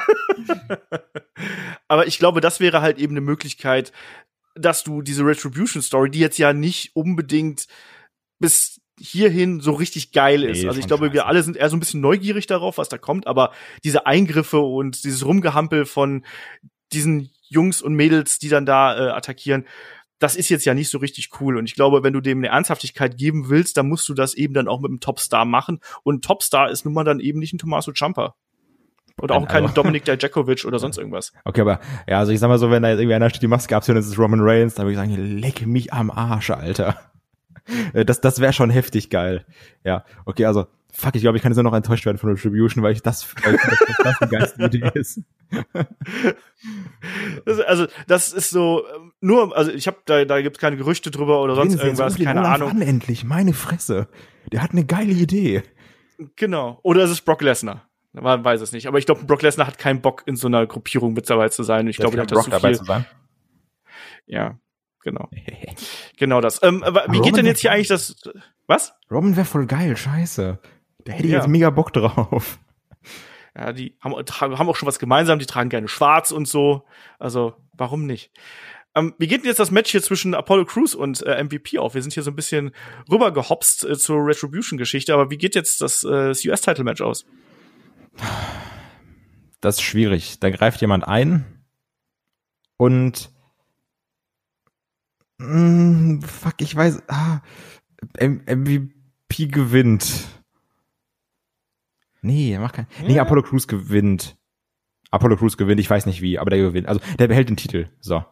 Aber ich glaube, das wäre halt eben eine Möglichkeit, dass du diese Retribution-Story, die jetzt ja nicht unbedingt bis hierhin so richtig geil ist. Nee, also ich glaube, scheiße. Wir alle sind eher so ein bisschen neugierig darauf, was da kommt, aber diese Eingriffe und dieses Rumgehampel von diesen Jungs und Mädels, die dann da äh, attackieren, das ist jetzt ja nicht so richtig cool. Und ich glaube, wenn du dem eine Ernsthaftigkeit geben willst, dann musst du das eben dann auch mit einem Topstar machen. Und ein Topstar ist nun mal dann eben nicht ein Tommaso Ciampa. Oder auch kein Dominik Dijakovic oder sonst irgendwas. Okay, aber ja, also ich sag mal so, wenn da jetzt irgendwie einer steht, die Maske abzieht und es ist Roman Reigns, dann würde ich sagen, leck mich am Arsch, Alter. Das, das wäre schon heftig geil. Ja, okay, also fuck, ich glaube, ich kann jetzt nur noch enttäuscht werden von Retribution, weil ich das, weil ich das, das die geilste Idee ist. Das, also, das ist so, nur, also ich habe da, da gibt's keine Gerüchte drüber oder sonst irgendwas, keine Olaf Ahnung. An endlich, meine Fresse. Der hat eine geile Idee. Genau. Oder es ist Brock Lesnar. Man weiß es nicht. Aber ich glaube, Brock Lesnar hat keinen Bock, in so einer Gruppierung mit dabei zu sein. Ich glaube, der hat das zu viel. Zu sein. Ja, genau. Genau das. Ähm, aber wie Roman geht denn jetzt hier eigentlich das, was? Roman wäre voll geil, scheiße. Da hätte ich ja. jetzt mega Bock drauf. Ja, die haben, haben auch schon was gemeinsam, die tragen gerne schwarz und so. Also, warum nicht? Ähm, wie geht denn jetzt das Match hier zwischen Apollo Crews und äh, M V P auf? Wir sind hier so ein bisschen rübergehopst äh, zur Retribution-Geschichte, aber wie geht jetzt das, äh, das U S-Title-Match aus? Das ist schwierig. Da greift jemand ein und mh, fuck, ich weiß, ah, M- MVP gewinnt. Nee, mach kein. Nee, Ja. Apollo Crews gewinnt. Apollo Crews gewinnt, ich weiß nicht wie, aber der gewinnt. Also der behält den Titel. So.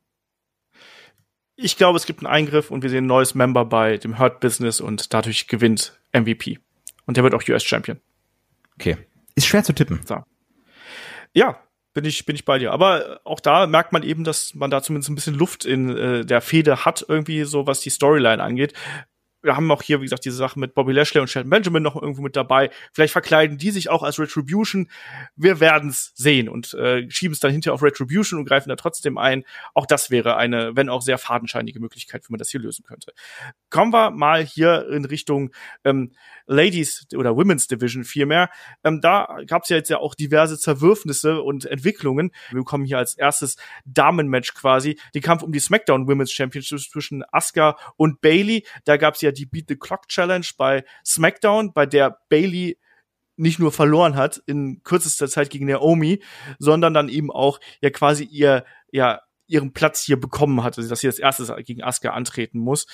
Ich glaube, es gibt einen Eingriff und wir sehen ein neues Member bei dem Hurt Business und dadurch gewinnt M V P. Und der wird auch U S-Champion. Okay. Ist schwer zu tippen. So. Ja, bin ich, bin ich bei dir. Aber auch da merkt man eben, dass man da zumindest ein bisschen Luft in äh, der Fehde hat, irgendwie so, was die Storyline angeht. Wir haben auch hier, wie gesagt, diese Sache mit Bobby Lashley und Shelton Benjamin noch irgendwo mit dabei. Vielleicht verkleiden die sich auch als Retribution. Wir werden's sehen und äh, schieben es dann hinterher auf Retribution und greifen da trotzdem ein. Auch das wäre eine, wenn auch sehr fadenscheinige Möglichkeit, wie man das hier lösen könnte. Kommen wir mal hier in Richtung ähm, Ladies oder Women's Division vielmehr. Ähm, da gab's ja jetzt ja auch diverse Zerwürfnisse und Entwicklungen. Wir bekommen hier als erstes Damenmatch quasi den Kampf um die SmackDown Women's Championship zwischen Asuka und Bayley. Da gab's ja die Beat the Clock Challenge bei SmackDown, bei der Bayley nicht nur verloren hat in kürzester Zeit gegen Naomi, sondern dann eben auch ja quasi ihr ja ihren Platz hier bekommen hatte, dass sie als erstes gegen Asuka antreten muss.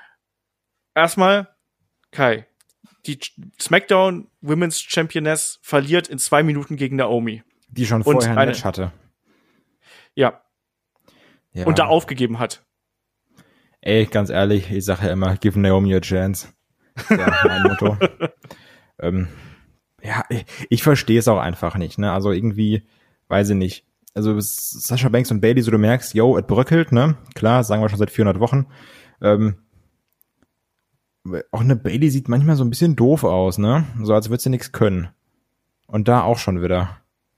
Erstmal Kai, die SmackDown Women's Championess verliert in zwei Minuten gegen Naomi. Die schon Und vorher ein eine- Match hatte. Ja, Ja. und da aufgegeben hat. Ey, ganz ehrlich, ich sage ja immer, give Naomi a chance. Ja, mein Motto. ähm, ja, ich, ich verstehe es auch einfach nicht, ne? Also irgendwie, weiß ich nicht. Also Sasha Banks und Bayley, so du merkst, yo, es bröckelt, ne? Klar, sagen wir schon seit vierhundert Wochen. Ähm, auch eine Bayley sieht manchmal so ein bisschen doof aus, ne? So als würde sie nichts können. Und da auch schon wieder.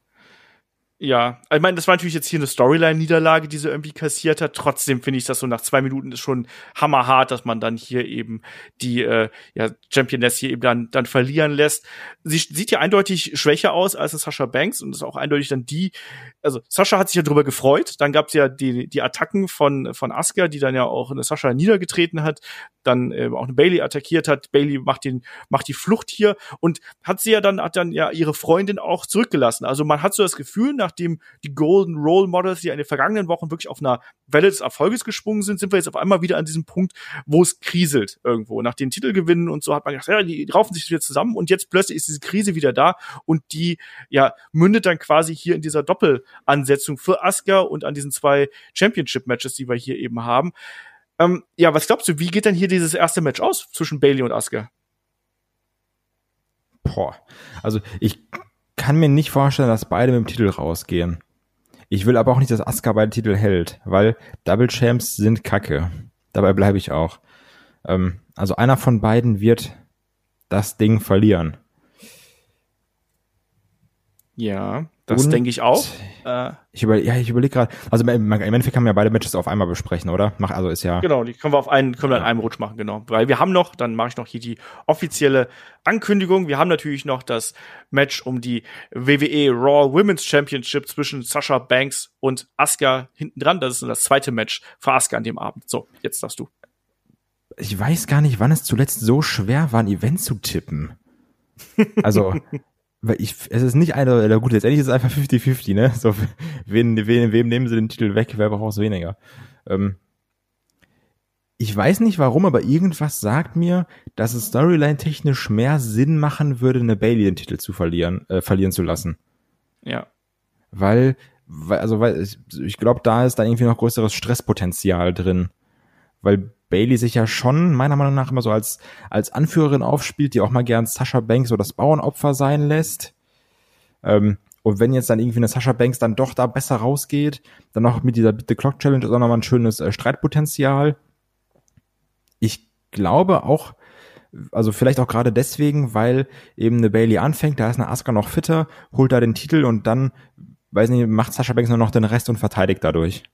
Ja, ich meine, das war natürlich jetzt hier eine Storyline-Niederlage, die sie irgendwie kassiert hat. Trotzdem finde ich das so nach zwei Minuten ist schon hammerhart, dass man dann hier eben die äh, ja, Championess hier eben dann, dann verlieren lässt. Sie sieht ja eindeutig schwächer aus als Sasha Banks und ist auch eindeutig dann die, also Sasha hat sich ja drüber gefreut. Dann gab's ja die, die Attacken von, von Asuka, die dann ja auch eine Sasha niedergetreten hat, dann äh, auch eine Bayley attackiert hat. Bayley macht den, macht die Flucht hier und hat sie ja dann, hat dann ja ihre Freundin auch zurückgelassen. Also man hat so das Gefühl, nachdem die Golden Role Models, die in den vergangenen Wochen wirklich auf einer Welle des Erfolges gesprungen sind, sind wir jetzt auf einmal wieder an diesem Punkt, wo es kriselt irgendwo. Nach den Titelgewinnen und so hat man gedacht, ja, die, die raufen sich wieder zusammen und jetzt plötzlich ist diese Krise wieder da und die, ja, mündet dann quasi hier in dieser Doppelansetzung für Asuka und an diesen zwei Championship-Matches, die wir hier eben haben. Ähm, ja, was glaubst du, wie geht denn hier dieses erste Match aus zwischen Bayley und Asuka? Boah. Also ich kann mir nicht vorstellen, dass beide mit dem Titel rausgehen. Ich will aber auch nicht, dass Asuka beide Titel hält, weil Double Champs sind Kacke. Dabei bleibe ich auch. Ähm, also einer von beiden wird das Ding verlieren. Ja, das Und denke ich auch. Äh, Ich über, ja, ich überlege gerade. Also im Endeffekt kann man ja beide Matches auf einmal besprechen, oder? Mach, also ist ja. Genau, die können wir auf einen, können wir in einem Rutsch machen, genau. Weil wir haben noch, dann mache ich noch hier die offizielle Ankündigung. Wir haben natürlich noch das Match um die W W E Raw Women's Championship zwischen Sasha Banks und Asuka hinten dran. Das ist dann das zweite Match für Asuka an dem Abend. So, jetzt darfst du. Ich weiß gar nicht, wann es zuletzt so schwer war, ein Event zu tippen. Also, weil ich, es ist nicht eine, oder gut, letztendlich ist es einfach fifty fifty, ne? So, wen, wen, wem nehmen sie den Titel weg, wer braucht es weniger? Ähm, ich weiß nicht warum, aber irgendwas sagt mir, dass es storyline-technisch mehr Sinn machen würde, eine Bayley den Titel zu verlieren, äh, verlieren zu lassen. Ja. Weil, weil also, weil, ich, ich glaube, da ist da irgendwie noch größeres Stresspotenzial drin. Weil Bayley sich ja schon meiner Meinung nach immer so als als Anführerin aufspielt, die auch mal gern Sasha Banks so das Bauernopfer sein lässt. Ähm, und wenn jetzt dann irgendwie eine Sasha Banks dann doch da besser rausgeht, dann noch mit dieser Beat the Clock Challenge ist auch nochmal ein schönes äh, Streitpotenzial. Ich glaube auch, also vielleicht auch gerade deswegen, weil eben eine Bayley anfängt, da ist eine Asuka noch fitter, holt da den Titel und dann, weiß nicht, macht Sasha Banks nur noch den Rest und verteidigt dadurch.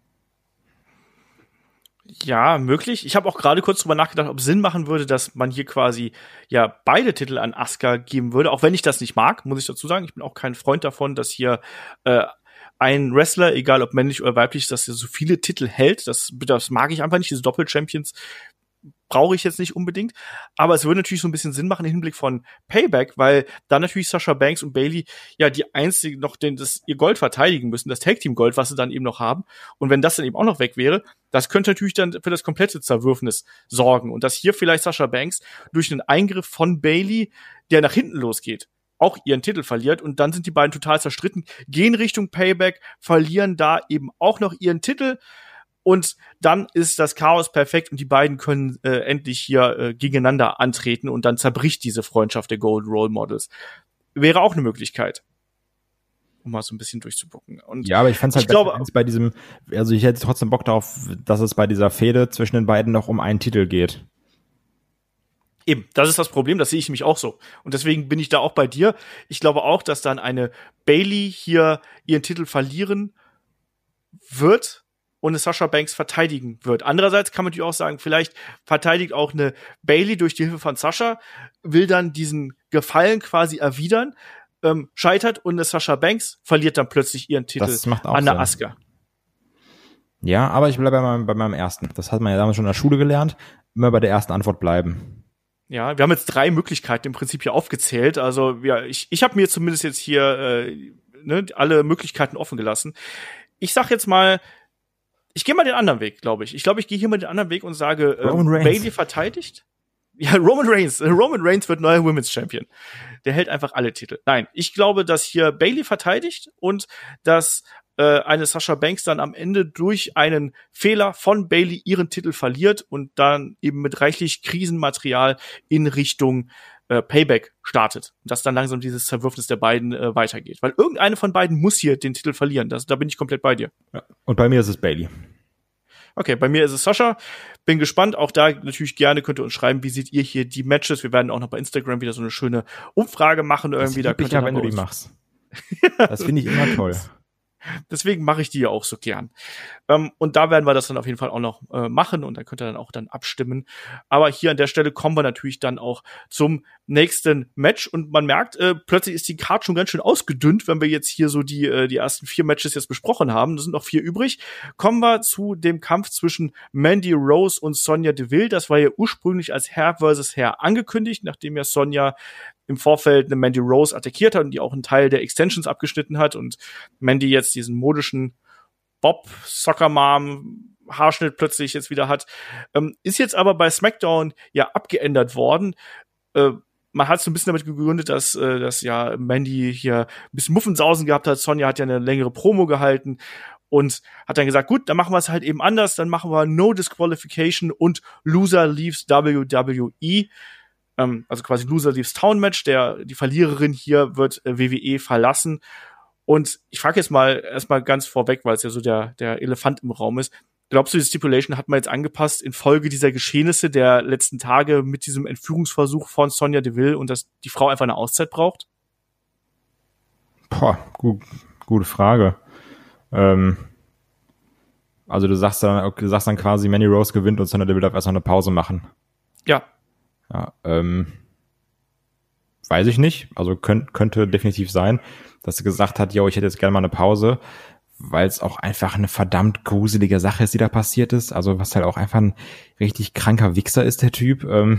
Ja, möglich. Ich habe auch gerade kurz drüber nachgedacht, ob es Sinn machen würde, dass man hier quasi ja beide Titel an Asuka geben würde, auch wenn ich das nicht mag, muss ich dazu sagen. Ich bin auch kein Freund davon, dass hier äh, ein Wrestler, egal ob männlich oder weiblich, dass er so viele Titel hält. Das, das mag ich einfach nicht, diese Doppel-Champions brauche ich jetzt nicht unbedingt, aber es würde natürlich so ein bisschen Sinn machen im Hinblick von Payback, weil da natürlich Sasha Banks und Bayley ja die einzigen noch den, das, ihr Gold verteidigen müssen, das Tag-Team-Gold, was sie dann eben noch haben. Und wenn das dann eben auch noch weg wäre, das könnte natürlich dann für das komplette Zerwürfnis sorgen. Und dass hier vielleicht Sasha Banks durch einen Eingriff von Bayley, der nach hinten losgeht, auch ihren Titel verliert und dann sind die beiden total zerstritten, gehen Richtung Payback, verlieren da eben auch noch ihren Titel. Und dann ist das Chaos perfekt und die beiden können äh, endlich hier äh, gegeneinander antreten und dann zerbricht diese Freundschaft der Golden Role Models. Wäre auch eine Möglichkeit, um mal so ein bisschen durchzubucken. Und ja, aber ich fand's halt ich glaube, bei diesem, also ich hätte trotzdem Bock darauf, dass es bei dieser Fehde zwischen den beiden noch um einen Titel geht. Eben, das ist das Problem, das sehe ich nämlich auch so. Und deswegen bin ich da auch bei dir. Ich glaube auch, dass dann eine Bayley hier ihren Titel verlieren wird und eine Sasha Banks verteidigen wird. Andererseits kann man natürlich auch sagen, vielleicht verteidigt auch eine Bayley durch die Hilfe von Sasha, will dann diesen Gefallen quasi erwidern, ähm, scheitert und eine Sasha Banks verliert dann plötzlich ihren Titel Das macht auch an der Sinn. Asuka. Ja, aber ich bleibe bei meinem, bei meinem ersten. Das hat man ja damals schon in der Schule gelernt. Immer bei der ersten Antwort bleiben. Ja, wir haben jetzt drei Möglichkeiten im Prinzip hier aufgezählt. Also ja, ich, ich habe mir zumindest jetzt hier äh, ne, alle Möglichkeiten offen gelassen. Ich sag jetzt mal, ich gehe mal den anderen Weg, glaube ich. Ich glaube, ich gehe hier mal den anderen Weg und sage, ähm, Bayley verteidigt. Ja, Roman Reigns. Roman Reigns wird neuer Women's Champion. Der hält einfach alle Titel. Nein, ich glaube, dass hier Bayley verteidigt und dass äh, eine Sasha Banks dann am Ende durch einen Fehler von Bayley ihren Titel verliert und dann eben mit reichlich Krisenmaterial in Richtung äh, Payback startet. Und dass dann langsam dieses Zerwürfnis der beiden äh, weitergeht. Weil irgendeine von beiden muss hier den Titel verlieren. Das, da bin ich komplett bei dir. Ja. Und bei mir ist es Bayley. Okay, bei mir ist es Sasha. Bin gespannt. Auch da natürlich gerne könnt ihr uns schreiben, wie seht ihr hier die Matches. Wir werden auch noch bei Instagram wieder so eine schöne Umfrage machen. Irgendwie. Das da ich ja, wenn du die machst. Das finde ich immer toll. Deswegen mache ich die ja auch so gern. Ähm, und da werden wir das dann auf jeden Fall auch noch äh, machen und dann könnt ihr dann auch dann abstimmen. Aber hier an der Stelle kommen wir natürlich dann auch zum nächsten Match und man merkt, äh, plötzlich ist die Card schon ganz schön ausgedünnt, wenn wir jetzt hier so die äh, die ersten vier Matches jetzt besprochen haben. Es sind noch vier übrig. Kommen wir zu dem Kampf zwischen Mandy Rose und Sonya Deville. Das war ja ursprünglich als Herr versus Herr angekündigt, nachdem ja Sonya im Vorfeld eine Mandy Rose attackiert hat und die auch einen Teil der Extensions abgeschnitten hat und Mandy jetzt diesen modischen Bob Soccer Mom Haarschnitt plötzlich jetzt wieder hat, ähm, ist jetzt aber bei SmackDown ja abgeändert worden. Äh, man hat so ein bisschen damit gegründet, dass, äh, dass ja Mandy hier ein bisschen Muffensausen gehabt hat. Sonja hat ja eine längere Promo gehalten und hat dann gesagt, gut, dann machen wir es halt eben anders, dann machen wir No Disqualification und Loser leaves W W E. Also quasi Loser leaves Town Match, der, die Verliererin hier wird äh, W W E verlassen. Und ich frage jetzt mal erstmal ganz vorweg, weil es ja so der, der Elefant im Raum ist. Glaubst du, die Stipulation hat man jetzt angepasst infolge dieser Geschehnisse der letzten Tage mit diesem Entführungsversuch von Sonya Deville und dass die Frau einfach eine Auszeit braucht? Boah, gut, gute Frage. Ähm, also du sagst dann, du sagst dann quasi, Mandy Rose gewinnt und Sonya Deville darf erst noch eine Pause machen. Ja. Ja, ähm, weiß ich nicht. Also könnt, könnte definitiv sein, dass sie gesagt hat, yo, ich hätte jetzt gerne mal eine Pause, weil es auch einfach eine verdammt gruselige Sache ist, die da passiert ist. Also was halt auch einfach ein richtig kranker Wichser ist, der Typ. Ähm,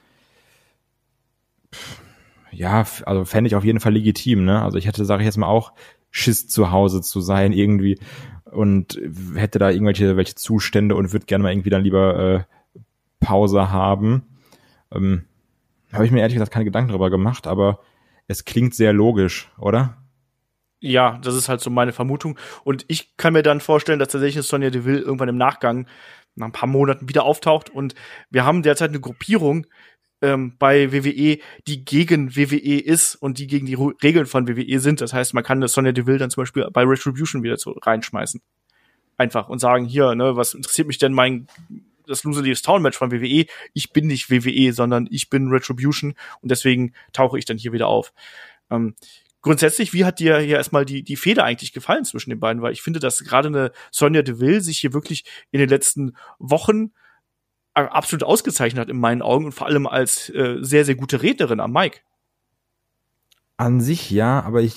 ja, also fände ich auf jeden Fall legitim, ne? Also ich hätte, sage ich jetzt mal, auch Schiss zu Hause zu sein irgendwie und hätte da irgendwelche welche Zustände und würde gerne mal irgendwie dann lieber äh, Pause haben. Ähm, habe ich mir ehrlich gesagt keine Gedanken darüber gemacht, aber es klingt sehr logisch, oder? Ja, das ist halt so meine Vermutung. Und ich kann mir dann vorstellen, dass tatsächlich Sonya Deville irgendwann im Nachgang nach ein paar Monaten wieder auftaucht. Und wir haben derzeit eine Gruppierung ähm, bei W W E, die gegen W W E ist und die gegen die Ru- Regeln von W W E sind. Das heißt, man kann das Sonya Deville dann zum Beispiel bei Retribution wieder so reinschmeißen. Einfach und sagen, hier, ne, was interessiert mich denn mein das Loser Leaves Town Match von W W E? Ich bin nicht W W E, sondern ich bin Retribution und deswegen tauche ich dann hier wieder auf. Ähm, Grundsätzlich, wie hat dir hier erstmal die, die Fehde eigentlich gefallen zwischen den beiden? Weil ich finde, dass gerade eine Sonya Deville sich hier wirklich in den letzten Wochen absolut ausgezeichnet hat in meinen Augen und vor allem als äh, sehr, sehr gute Rednerin am Mic. An sich ja, aber ich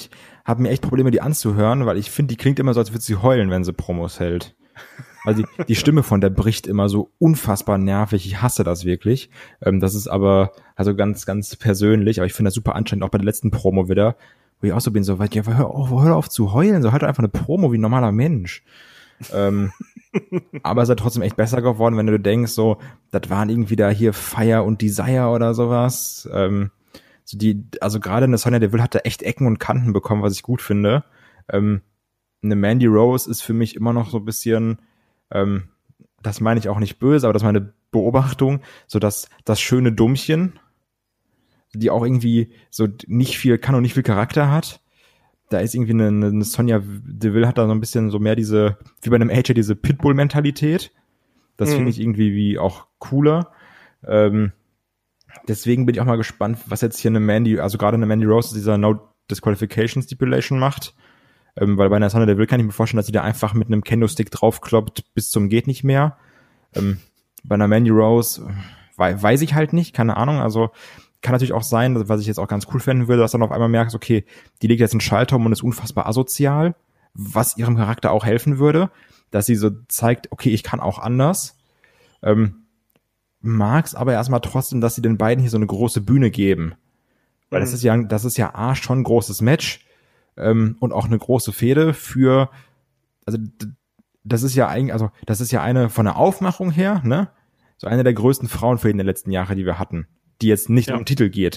habe mir echt Probleme, die anzuhören, weil ich finde, die klingt immer so, als würde sie heulen, wenn sie Promos hält. Also die, die Stimme von der bricht immer so unfassbar nervig. Ich hasse das wirklich. Ähm, das ist aber also ganz, ganz persönlich. Aber ich finde das super anstrengend, auch bei der letzten Promo wieder, wo ich auch so bin, so weit, ja, hör auf, hör auf zu heulen, so halt doch einfach eine Promo wie ein normaler Mensch. ähm, aber es ist halt trotzdem echt besser geworden, wenn du denkst, so, das waren irgendwie da hier Fire und Desire oder sowas. Ähm, so die, also gerade eine Sonya Deville hat da echt Ecken und Kanten bekommen, was ich gut finde. Ähm, eine Mandy Rose ist für mich immer noch so ein bisschen, ähm, das meine ich auch nicht böse, aber das ist meine Beobachtung, so dass das schöne Dummchen, die auch irgendwie so nicht viel kann und nicht viel Charakter hat. Da ist irgendwie eine, eine Sonya Deville hat da so ein bisschen so mehr diese, wie bei einem A J, diese Pitbull-Mentalität. Das mhm. finde ich irgendwie wie auch cooler. Ähm, deswegen bin ich auch mal gespannt, was jetzt hier eine Mandy, also gerade eine Mandy Rose dieser No Disqualification Stipulation macht. Ähm, weil bei einer Sonya Deville kann ich mir vorstellen, dass sie da einfach mit einem Kendo-Stick draufkloppt bis zum geht nicht mehr. Ähm, bei einer Mandy Rose we- weiß ich halt nicht, keine Ahnung. Also kann natürlich auch sein, was ich jetzt auch ganz cool fänden würde, dass dann auf einmal merkst, okay, die legt jetzt einen Schalter um und ist unfassbar asozial, was ihrem Charakter auch helfen würde, dass sie so zeigt, okay, ich kann auch anders. Ähm, mag's aber erstmal trotzdem, dass sie den beiden hier so eine große Bühne geben. Weil mhm. das ist ja, das ist ja A, schon ein großes Match. Ähm, und auch eine große Fehde für, also d- das ist ja eigentlich, also das ist ja eine von der Aufmachung her, ne, so eine der größten Frauenfäden der letzten Jahre, die wir hatten, die jetzt nicht ja. um den Titel geht.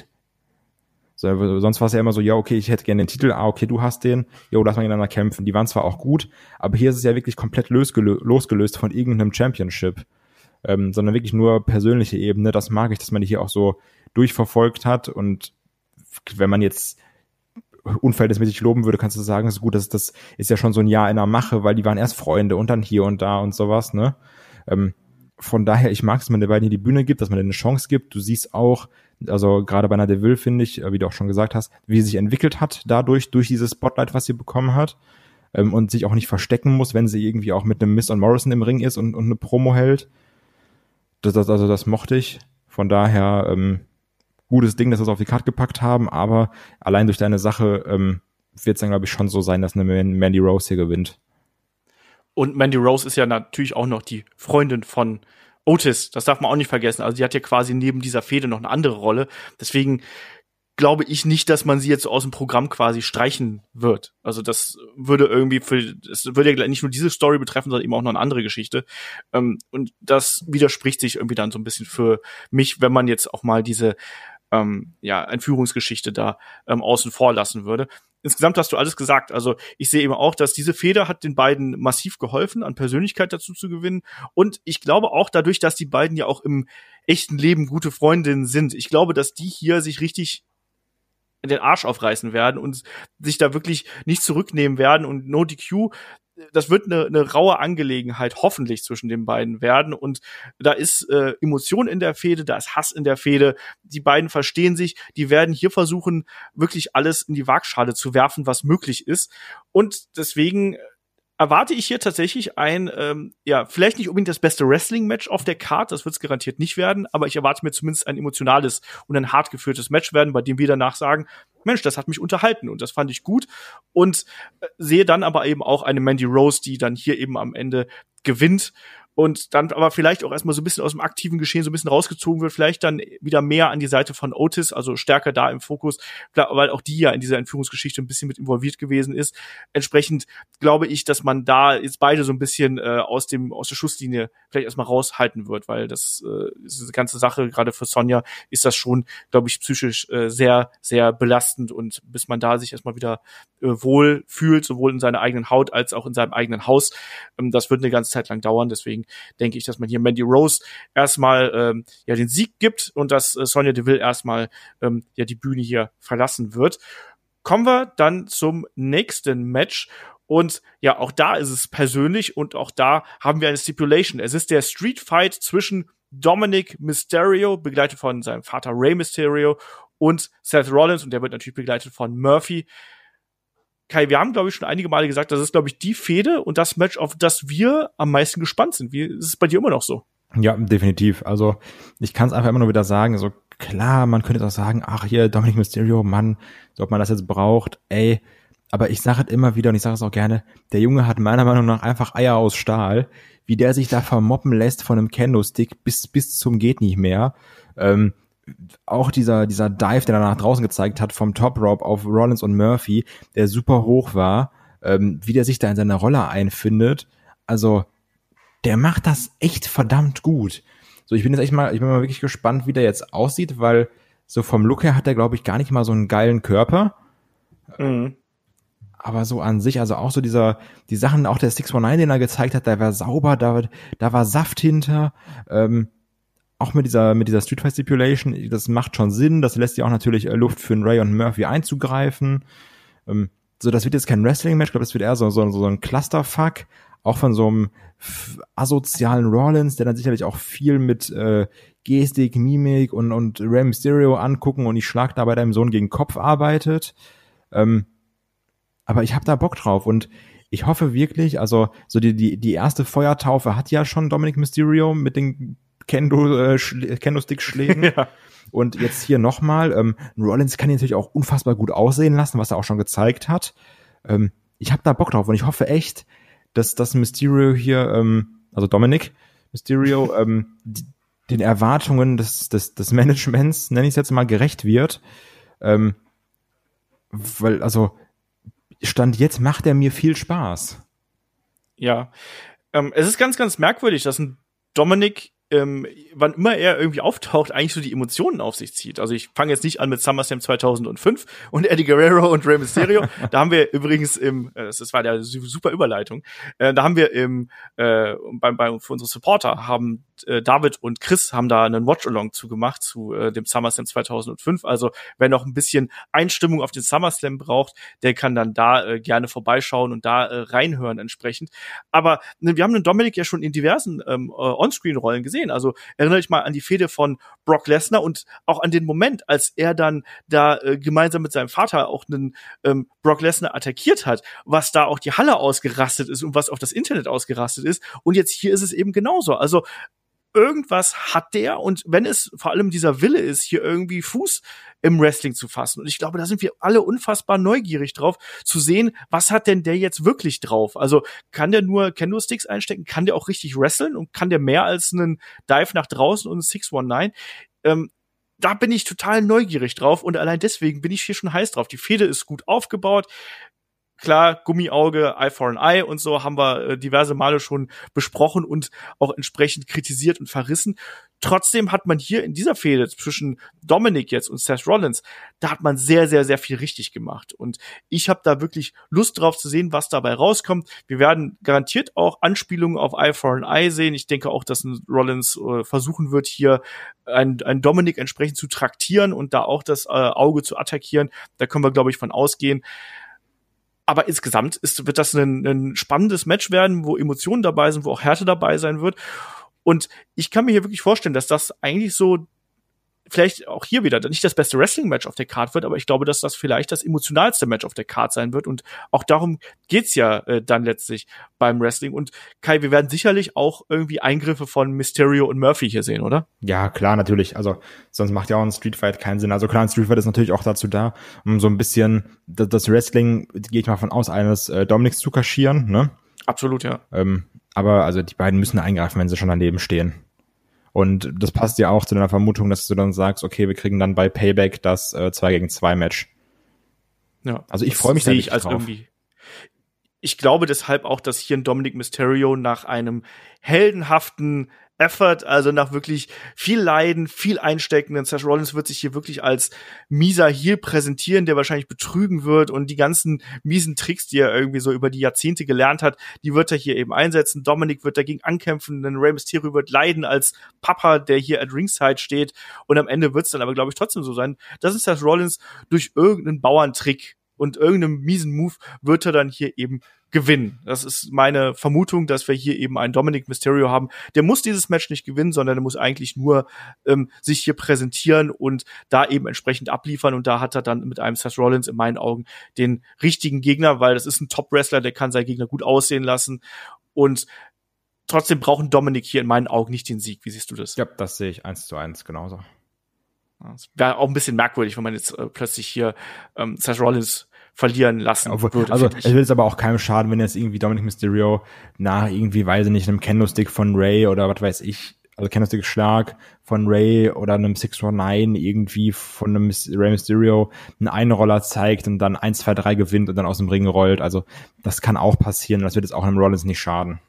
So, sonst war es ja immer so, ja, okay, ich hätte gerne den Titel, ah, okay, du hast den, jo, lass mal gegeneinander kämpfen. Die waren zwar auch gut, aber hier ist es ja wirklich komplett losgelö- losgelöst von irgendeinem Championship, ähm, sondern wirklich nur persönliche Ebene. Das mag ich, dass man die hier auch so durchverfolgt hat und wenn man jetzt unverhältnismäßig loben würde, kannst du sagen, ist gut, das, das ist ja schon so ein Jahr in der Mache, weil die waren erst Freunde und dann hier und da und sowas, ne? Ähm, von daher, ich mag es, wenn man den beiden hier die Bühne gibt, dass man denen eine Chance gibt. Du siehst auch, also gerade bei einer Deville finde ich, wie du auch schon gesagt hast, wie sie sich entwickelt hat dadurch, durch dieses Spotlight, was sie bekommen hat, ähm, und sich auch nicht verstecken muss, wenn sie irgendwie auch mit einem Miz und Morrison im Ring ist und, und eine Promo hält. Das, das, also das mochte ich. Von daher, ähm, gutes Ding, dass wir es auf die Karte gepackt haben, aber allein durch deine Sache ähm, wird es dann, glaube ich, schon so sein, dass eine Mandy Rose hier gewinnt. Und Mandy Rose ist ja natürlich auch noch die Freundin von Otis. Das darf man auch nicht vergessen. Also die hat ja quasi neben dieser Fehde noch eine andere Rolle. Deswegen glaube ich nicht, dass man sie jetzt aus dem Programm quasi streichen wird. Also das würde irgendwie für, es würde ja nicht nur diese Story betreffen, sondern eben auch noch eine andere Geschichte. Und das widerspricht sich irgendwie dann so ein bisschen für mich, wenn man jetzt auch mal diese ähm, ja, Entführungsgeschichte da ähm, außen vor lassen würde. Insgesamt hast du alles gesagt. Also ich sehe eben auch, dass diese Fehde hat den beiden massiv geholfen, an Persönlichkeit dazu zu gewinnen. Und ich glaube auch dadurch, dass die beiden ja auch im echten Leben gute Freundinnen sind. Ich glaube, dass die hier sich richtig den Arsch aufreißen werden und sich da wirklich nicht zurücknehmen werden. Und No D Q, das wird eine, eine raue Angelegenheit hoffentlich zwischen den beiden werden. Und da ist äh, Emotion in der Fehde, da ist Hass in der Fehde. Die beiden verstehen sich. Die werden hier versuchen, wirklich alles in die Waagschale zu werfen, was möglich ist. Und deswegen erwarte ich hier tatsächlich ein, ähm, ja, vielleicht nicht unbedingt das beste Wrestling-Match auf der Card, das wird es garantiert nicht werden, aber ich erwarte mir zumindest ein emotionales und ein hart geführtes Match werden, bei dem wir danach sagen, Mensch, das hat mich unterhalten und das fand ich gut und äh, sehe dann aber eben auch eine Mandy Rose, die dann hier eben am Ende gewinnt und dann aber vielleicht auch erstmal so ein bisschen aus dem aktiven Geschehen so ein bisschen rausgezogen wird, vielleicht dann wieder mehr an die Seite von Otis, also stärker da im Fokus, weil auch die ja in dieser Entführungsgeschichte ein bisschen mit involviert gewesen ist. Entsprechend glaube ich, dass man da jetzt beide so ein bisschen äh, aus dem aus der Schusslinie vielleicht erstmal raushalten wird, weil das äh, diese ganze Sache, gerade für Sonya, ist das schon, glaube ich, psychisch äh, sehr, sehr belastend und bis man da sich erstmal wieder äh, wohl fühlt, sowohl in seiner eigenen Haut als auch in seinem eigenen Haus, ähm, das wird eine ganze Zeit lang dauern, deswegen denke ich, dass man hier Mandy Rose erstmal ähm, ja den Sieg gibt und dass äh, Sonya Deville erstmal ähm, ja die Bühne hier verlassen wird. Kommen wir dann zum nächsten Match und ja, auch da ist es persönlich und auch da haben wir eine Stipulation. Es ist der Street Fight zwischen Dominic Mysterio, begleitet von seinem Vater Rey Mysterio, und Seth Rollins und der wird natürlich begleitet von Murphy. Kai, wir haben, glaube ich, schon einige Male gesagt, das ist, glaube ich, die Fehde und das Match, auf das wir am meisten gespannt sind. Wie ist es bei dir immer noch so? Ja, definitiv. Also ich kann es einfach immer nur wieder sagen, so klar, man könnte jetzt auch sagen, ach hier, Dominic Mysterio, Mann, so ob man das jetzt braucht, ey, aber ich sage es immer wieder und ich sage es auch gerne, der Junge hat meiner Meinung nach einfach Eier aus Stahl, wie der sich da vermoppen lässt von einem Kendo-Stick bis bis zum geht nicht mehr. Ähm, auch dieser dieser Dive, der er nach draußen gezeigt hat vom Top Rope auf Rollins und Murphy, der super hoch war, ähm, wie der sich da in seiner Rolle einfindet. Also der macht das echt verdammt gut. So, ich bin jetzt echt mal, ich bin mal wirklich gespannt, wie der jetzt aussieht, weil so vom Look her hat er, glaube ich, gar nicht mal so einen geilen Körper. Mhm. Aber so an sich, also auch so dieser, die Sachen, auch der six one nine, den er gezeigt hat, der war sauber, da, da war Saft hinter. Ähm, auch mit dieser, mit dieser Street Fight Stipulation, das macht schon Sinn. Das lässt ja auch natürlich Luft für einen Ray und Murphy einzugreifen. Ähm, so, das wird jetzt kein Wrestling-Match, ich glaube, das wird eher so, so, so ein Clusterfuck. Auch von so einem asozialen Rollins, der dann sicherlich auch viel mit äh, Gestik, Mimik und, und Rey Mysterio angucken und ich schlag da bei deinem Sohn gegen Kopf arbeitet. Ähm, aber ich hab da Bock drauf und ich hoffe wirklich, also so die die die erste Feuertaufe hat ja schon Dominic Mysterio mit den Kendo äh, Schl- Kendo-Stick-Schlägen. Ja. Und jetzt hier nochmal, ähm, Rollins kann ihn natürlich auch unfassbar gut aussehen lassen, was er auch schon gezeigt hat. Ähm, ich hab da Bock drauf und ich hoffe echt, dass das Mysterio hier, ähm, also Dominic Mysterio, ähm, die, den Erwartungen des, des, des Managements, nenne ich es jetzt mal, gerecht wird. Ähm, weil, also, Stand jetzt macht er mir viel Spaß. Ja, ähm, es ist ganz, ganz merkwürdig, dass ein Dominic, ähm, wann immer er irgendwie auftaucht, eigentlich so die Emotionen auf sich zieht. Also ich fange jetzt nicht an mit SummerSlam zweitausendfünf und Eddie Guerrero und Rey Mysterio. Da haben wir übrigens im, äh, das war ja super Überleitung, äh, da haben wir im, äh, beim, bei, für unsere Supporter haben äh, David und Chris haben da einen Watch-Along zugemacht zu äh, dem SummerSlam zweitausendfünf. Also wer noch ein bisschen Einstimmung auf den SummerSlam braucht, der kann dann da äh, gerne vorbeischauen und da äh, reinhören entsprechend. Aber ne, wir haben den Dominic ja schon in diversen ähm, äh, On-Screen-Rollen gesehen. Also erinnere dich mal an die Fehde von Brock Lesnar und auch an den Moment, als er dann da äh, gemeinsam mit seinem Vater auch einen ähm, Brock Lesnar attackiert hat, was da auch die Halle ausgerastet ist und was auf das Internet ausgerastet ist. Und jetzt hier ist es eben genauso. Also irgendwas hat der und wenn es vor allem dieser Wille ist, hier irgendwie Fuß im Wrestling zu fassen. Und ich glaube, da sind wir alle unfassbar neugierig drauf, zu sehen, was hat denn der jetzt wirklich drauf? Also kann der nur Kendo-Sticks einstecken? Kann der auch richtig wresteln? Und kann der mehr als einen Dive nach draußen und einen six one nine? Ähm, da bin ich total neugierig drauf und allein deswegen bin ich hier schon heiß drauf. Die Fehde ist gut aufgebaut. Klar, Gummiauge, Eye for an Eye und so haben wir äh, diverse Male schon besprochen und auch entsprechend kritisiert und verrissen. Trotzdem hat man hier in dieser Fehde zwischen Dominic jetzt und Seth Rollins, da hat man sehr, sehr, sehr viel richtig gemacht. Und ich habe da wirklich Lust drauf zu sehen, was dabei rauskommt. Wir werden garantiert auch Anspielungen auf Eye for an Eye sehen. Ich denke auch, dass ein Rollins äh, versuchen wird, hier ein, ein Dominic entsprechend zu traktieren und da auch das äh, Auge zu attackieren. Da können wir, glaube ich, von ausgehen. Aber insgesamt ist, wird das ein, ein spannendes Match werden, wo Emotionen dabei sind, wo auch Härte dabei sein wird. Und ich kann mir hier wirklich vorstellen, dass das eigentlich so vielleicht auch hier wieder nicht das beste Wrestling-Match auf der Card wird, aber ich glaube, dass das vielleicht das emotionalste Match auf der Card sein wird. Und auch darum geht's ja äh, dann letztlich beim Wrestling. Und Kai, wir werden sicherlich auch irgendwie Eingriffe von Mysterio und Murphy hier sehen, oder? Ja, klar, natürlich. Also sonst macht ja auch ein Street Fight keinen Sinn. Also klar, ein Street Fight ist natürlich auch dazu da, um so ein bisschen das, das Wrestling, gehe ich mal von aus, eines äh, Dominics zu kaschieren, ne? Absolut, ja. Ähm, aber also die beiden müssen eingreifen, wenn sie schon daneben stehen. Und das passt ja auch zu deiner Vermutung, dass du dann sagst, okay, wir kriegen dann bei Payback das äh, zwei gegen zwei Match. Ja. Also ich freue mich da nicht als drauf. Irgendwie. Ich glaube deshalb auch, dass hier ein Dominic Mysterio nach einem heldenhaften Effort, also nach wirklich viel Leiden, viel Einstecken, denn Seth Rollins wird sich hier wirklich als mieser Heel präsentieren, der wahrscheinlich betrügen wird und die ganzen miesen Tricks, die er irgendwie so über die Jahrzehnte gelernt hat, die wird er hier eben einsetzen. Dominic wird dagegen ankämpfen, denn Rey Mysterio wird leiden als Papa, der hier at Ringside steht und am Ende wird es dann aber, glaube ich, trotzdem so sein, dass es Seth Rollins durch irgendeinen Bauerntrick und irgendeinem miesen Move wird er dann hier eben gewinnen. Das ist meine Vermutung, dass wir hier eben einen Dominic Mysterio haben. Der muss dieses Match nicht gewinnen, sondern der muss eigentlich nur ähm, sich hier präsentieren und da eben entsprechend abliefern. Und da hat er dann mit einem Seth Rollins in meinen Augen den richtigen Gegner, weil das ist ein Top-Wrestler, der kann seinen Gegner gut aussehen lassen. Und trotzdem brauchen Dominic hier in meinen Augen nicht den Sieg. Wie siehst du das? Ja, das sehe ich eins zu eins genauso. Es wäre auch ein bisschen merkwürdig, wenn man jetzt äh, plötzlich hier ähm, Seth Rollins verlieren lassen Obwohl, würde. also ich. es will jetzt aber auch keinem schaden, wenn jetzt irgendwie Dominic Mysterio nach irgendwie, weiß ich nicht, einem Kendo-Stick von Ray oder was weiß ich, also Kendo-Stick-Schlag von Ray oder einem six four nine irgendwie von einem Ray Mysterio einen Einroller zeigt und dann eins, zwei, drei gewinnt und dann aus dem Ring rollt. Also das kann auch passieren. Das wird jetzt auch einem Rollins nicht schaden.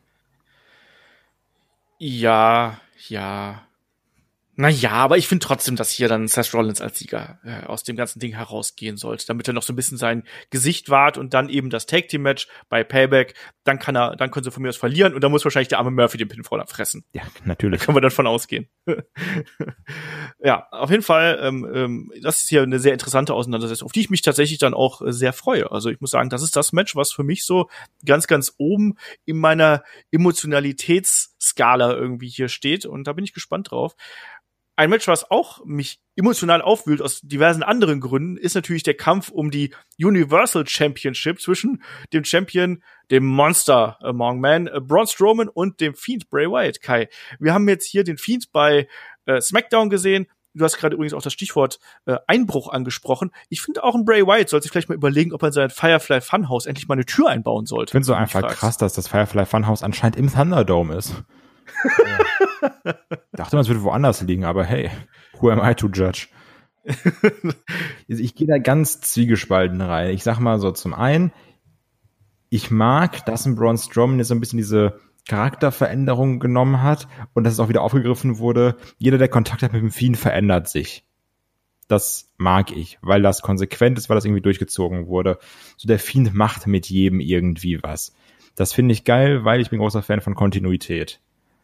Ja, ja. Naja, aber ich finde trotzdem, dass hier dann Seth Rollins als Sieger äh, aus dem ganzen Ding herausgehen sollte, damit er noch so ein bisschen sein Gesicht wahrt und dann eben das Tag-Team-Match bei Payback, dann kann er, dann können sie von mir aus verlieren und dann muss wahrscheinlich der arme Murphy den Pinfall fressen. Ja, natürlich. Da können wir dann von ausgehen. Ja, auf jeden Fall, ähm, ähm, das ist hier eine sehr interessante Auseinandersetzung, auf die ich mich tatsächlich dann auch äh, sehr freue. Also ich muss sagen, das ist das Match, was für mich so ganz, ganz oben in meiner Emotionalitätsskala irgendwie hier steht und da bin ich gespannt drauf. Ein Match, was auch mich emotional aufwühlt aus diversen anderen Gründen, ist natürlich der Kampf um die Universal Championship zwischen dem Champion, dem Monster Among Men, äh, Braun Strowman und dem Fiend Bray Wyatt. Kai, wir haben jetzt hier den Fiend bei äh, SmackDown gesehen. Du hast gerade übrigens auch das Stichwort äh, Einbruch angesprochen. Ich finde auch ein Bray Wyatt sollte sich vielleicht mal überlegen, ob er in sein Firefly Funhouse endlich mal eine Tür einbauen sollte. Ich finde es so einfach krass, dass das Firefly Funhouse anscheinend im Thunderdome ist. Ja. Dachte man, es würde woanders liegen, aber hey, who am I to judge? Ich gehe da ganz zwiegespalten rein. Ich sag mal so, zum einen, ich mag, dass ein Braun Strowman jetzt so ein bisschen diese Charakterveränderung genommen hat und dass es auch wieder aufgegriffen wurde. Jeder, der Kontakt hat mit dem Fiend, verändert sich. Das mag ich, weil das konsequent ist, weil das irgendwie durchgezogen wurde. So, der Fiend macht mit jedem irgendwie was. Das finde ich geil, weil ich bin großer Fan von Kontinuität.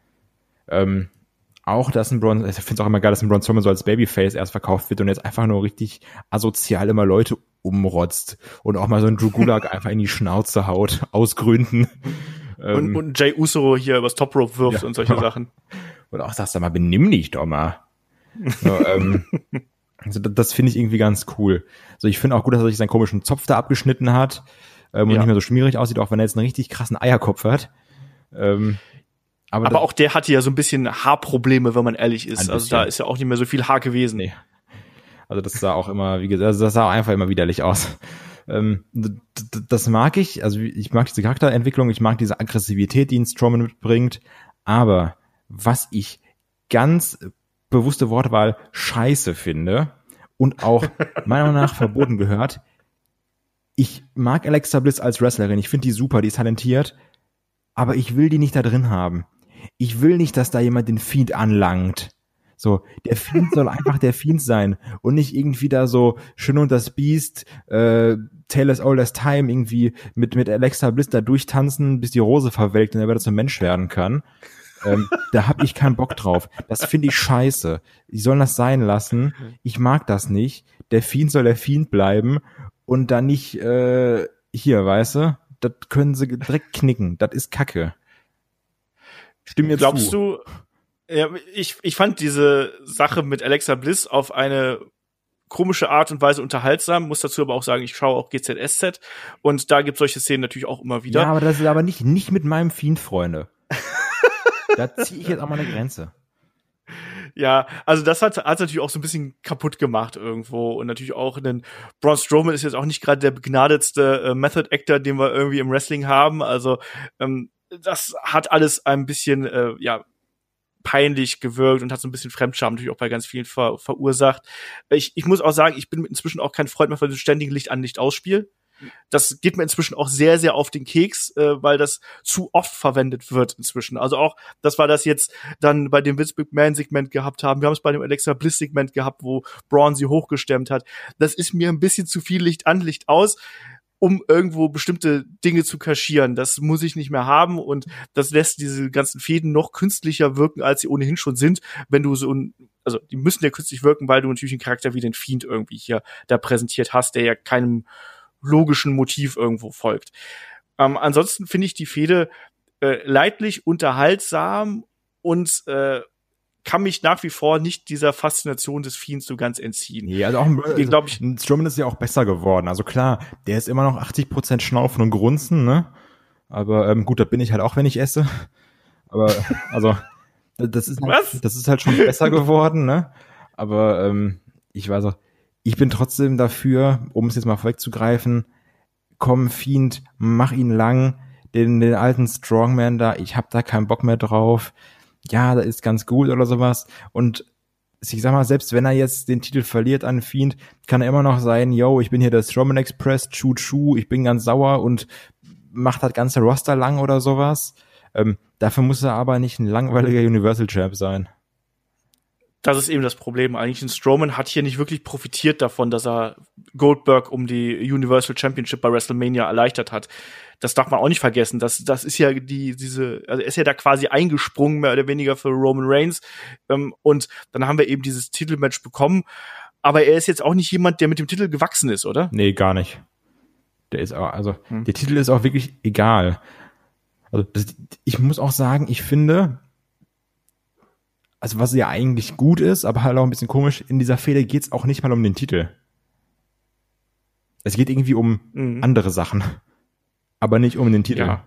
Ähm, auch, dass ein Braun, ich finde es auch immer geil, dass ein Braun Strowman so als Babyface erst verkauft wird und jetzt einfach nur richtig asozial immer Leute umrotzt und auch mal so ein Drew Gulak einfach in die Schnauze haut, aus Gründen. Und, ähm, und Jey Uso hier übers Top Rope wirft ja, und solche Sachen. Und auch sagst du mal, benimm dich doch mal. So, ähm, also das, das finde ich irgendwie ganz cool. Also ich finde auch gut, dass er sich seinen komischen Zopf da abgeschnitten hat ähm, und ja. nicht mehr so schmierig aussieht, auch wenn er jetzt einen richtig krassen Eierkopf hat. Ähm, Aber, aber auch der hatte ja so ein bisschen Haarprobleme, wenn man ehrlich ist. Also da ist ja auch nicht mehr so viel Haar gewesen. Nee. Also das sah auch immer, wie gesagt, das sah auch einfach immer widerlich aus. Ähm, das mag ich. Also ich mag diese Charakterentwicklung, ich mag diese Aggressivität, die ein Strowman mitbringt. Aber was ich ganz bewusste Wortwahl scheiße finde und auch meiner Meinung nach verboten gehört, ich mag Alexa Bliss als Wrestlerin. Ich finde die super, die ist talentiert. Aber ich will die nicht da drin haben. Ich will nicht, dass da jemand den Fiend anlangt. So, der Fiend soll einfach der Fiend sein und nicht irgendwie da so Schön und das Biest, äh, Taylor's Oldest Time irgendwie mit mit Alexa Bliss da durchtanzen, bis die Rose verwelkt und er wieder zum Mensch werden kann. Ähm, da hab ich keinen Bock drauf. Das finde ich scheiße. Die sollen das sein lassen. Ich mag das nicht. Der Fiend soll der Fiend bleiben und dann nicht äh, hier, weißt du? Das können sie direkt knicken. Das ist Kacke. Stimm mir Glaubst zu. du, ja, ich, ich fand diese Sache mit Alexa Bliss auf eine komische Art und Weise unterhaltsam, muss dazu aber auch sagen, ich schaue auch G Z S Z und da gibt solche Szenen natürlich auch immer wieder. Ja, aber das ist aber nicht, nicht mit meinem Fiend, Freunde. Da ziehe ich jetzt auch mal eine Grenze. Ja, also das hat hat natürlich auch so ein bisschen kaputt gemacht irgendwo und natürlich auch einen Braun Strowman ist jetzt auch nicht gerade der begnadetste äh, Method Actor, den wir irgendwie im Wrestling haben, also ähm, das hat alles ein bisschen äh, ja peinlich gewirkt und hat so ein bisschen Fremdscham natürlich auch bei ganz vielen ver- verursacht. Ich ich muss auch sagen, ich bin inzwischen auch kein Freund mehr von diesem ständigen Licht an Licht ausspiel. Das geht mir inzwischen auch sehr, sehr auf den Keks, äh, weil das zu oft verwendet wird inzwischen. Also auch, das war das jetzt dann bei dem Vince McMahon-Segment gehabt haben. Wir haben es bei dem Alexa Bliss-Segment gehabt, wo Braun sie hochgestemmt hat. Das ist mir ein bisschen zu viel Licht an, Licht aus, um irgendwo bestimmte Dinge zu kaschieren. Das muss ich nicht mehr haben und das lässt diese ganzen Fäden noch künstlicher wirken, als sie ohnehin schon sind, wenn du so ein also die müssen ja künstlich wirken, weil du natürlich einen Charakter wie den Fiend irgendwie hier da präsentiert hast, der ja keinem logischen Motiv irgendwo folgt. Ähm, ansonsten finde ich die Fehde äh, leidlich, unterhaltsam und äh, kann mich nach wie vor nicht dieser Faszination des Fiends so ganz entziehen. Ja, also auch also, glaube ich, Strowman ist ja auch besser geworden. Also klar, der ist immer noch achtzig Prozent Schnaufen und Grunzen, ne? Aber ähm, gut, das bin ich halt auch, wenn ich esse. Aber also das ist Was? das ist halt schon besser geworden, ne? Aber ähm, ich weiß auch, ich bin trotzdem dafür, um es jetzt mal vorwegzugreifen, komm, Fiend, mach ihn lang, den, den alten Strongman da, ich hab da keinen Bock mehr drauf, ja, das ist ganz gut oder sowas. Und ich sag mal, selbst wenn er jetzt den Titel verliert an Fiend, kann er immer noch sein, yo, ich bin hier der Strowman Express, Choo-Choo, ich bin ganz sauer und macht das ganze Roster lang oder sowas. Ähm, dafür muss er aber nicht ein langweiliger Universal Champ sein. Das ist eben das Problem. Eigentlich ein Strowman hat hier nicht wirklich profitiert davon, dass er Goldberg um die Universal Championship bei WrestleMania erleichtert hat. Das darf man auch nicht vergessen. Das, das ist ja die, diese, also er ist ja da quasi eingesprungen, mehr oder weniger für Roman Reigns. Ähm, und dann haben wir eben dieses Titelmatch bekommen. Aber er ist jetzt auch nicht jemand, der mit dem Titel gewachsen ist, oder? Nee, gar nicht. Der ist auch, also, hm. der Titel ist auch wirklich egal. Also, das, ich muss auch sagen, ich finde, also was ja eigentlich gut ist, aber halt auch ein bisschen komisch, in dieser Fehde geht's auch nicht mal um den Titel. Es geht irgendwie um mhm. andere Sachen, aber nicht um den Titel. Ja.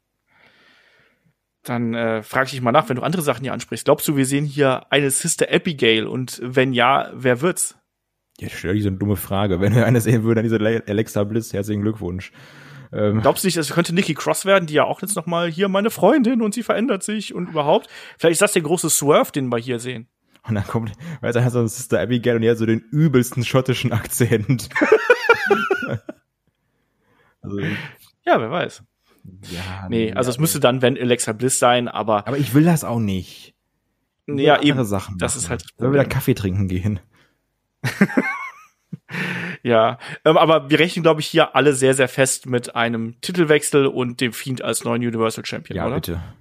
Dann äh, frage ich dich mal nach, wenn du andere Sachen hier ansprichst. Glaubst du, wir sehen hier eine Sister Abigail? Und wenn ja, wer wird's? Ja, stell dir so eine dumme Frage. Wenn wir eine sehen würden, dann diese Alexa Bliss. Herzlichen Glückwunsch. Ähm. Glaubst du nicht, es könnte Nikki Cross werden, die ja auch jetzt noch mal hier meine Freundin und sie verändert sich und überhaupt? Vielleicht ist das der große Swerve, den wir hier sehen. Und dann kommt, weil er hat so eine Sister Abigail und die hat so den übelsten schottischen Akzent. also, ja, wer weiß. Ja, nee, also ja, es müsste dann, wenn Alexa Bliss sein, aber. Aber ich will das auch nicht. Ja, eben. Sachen das ist halt. Sollen wir wieder Kaffee trinken gehen? Ja, ähm, aber wir rechnen, glaube ich, hier alle sehr, sehr fest mit einem Titelwechsel und dem Fiend als neuen Universal Champion, ja, oder? Ja, bitte.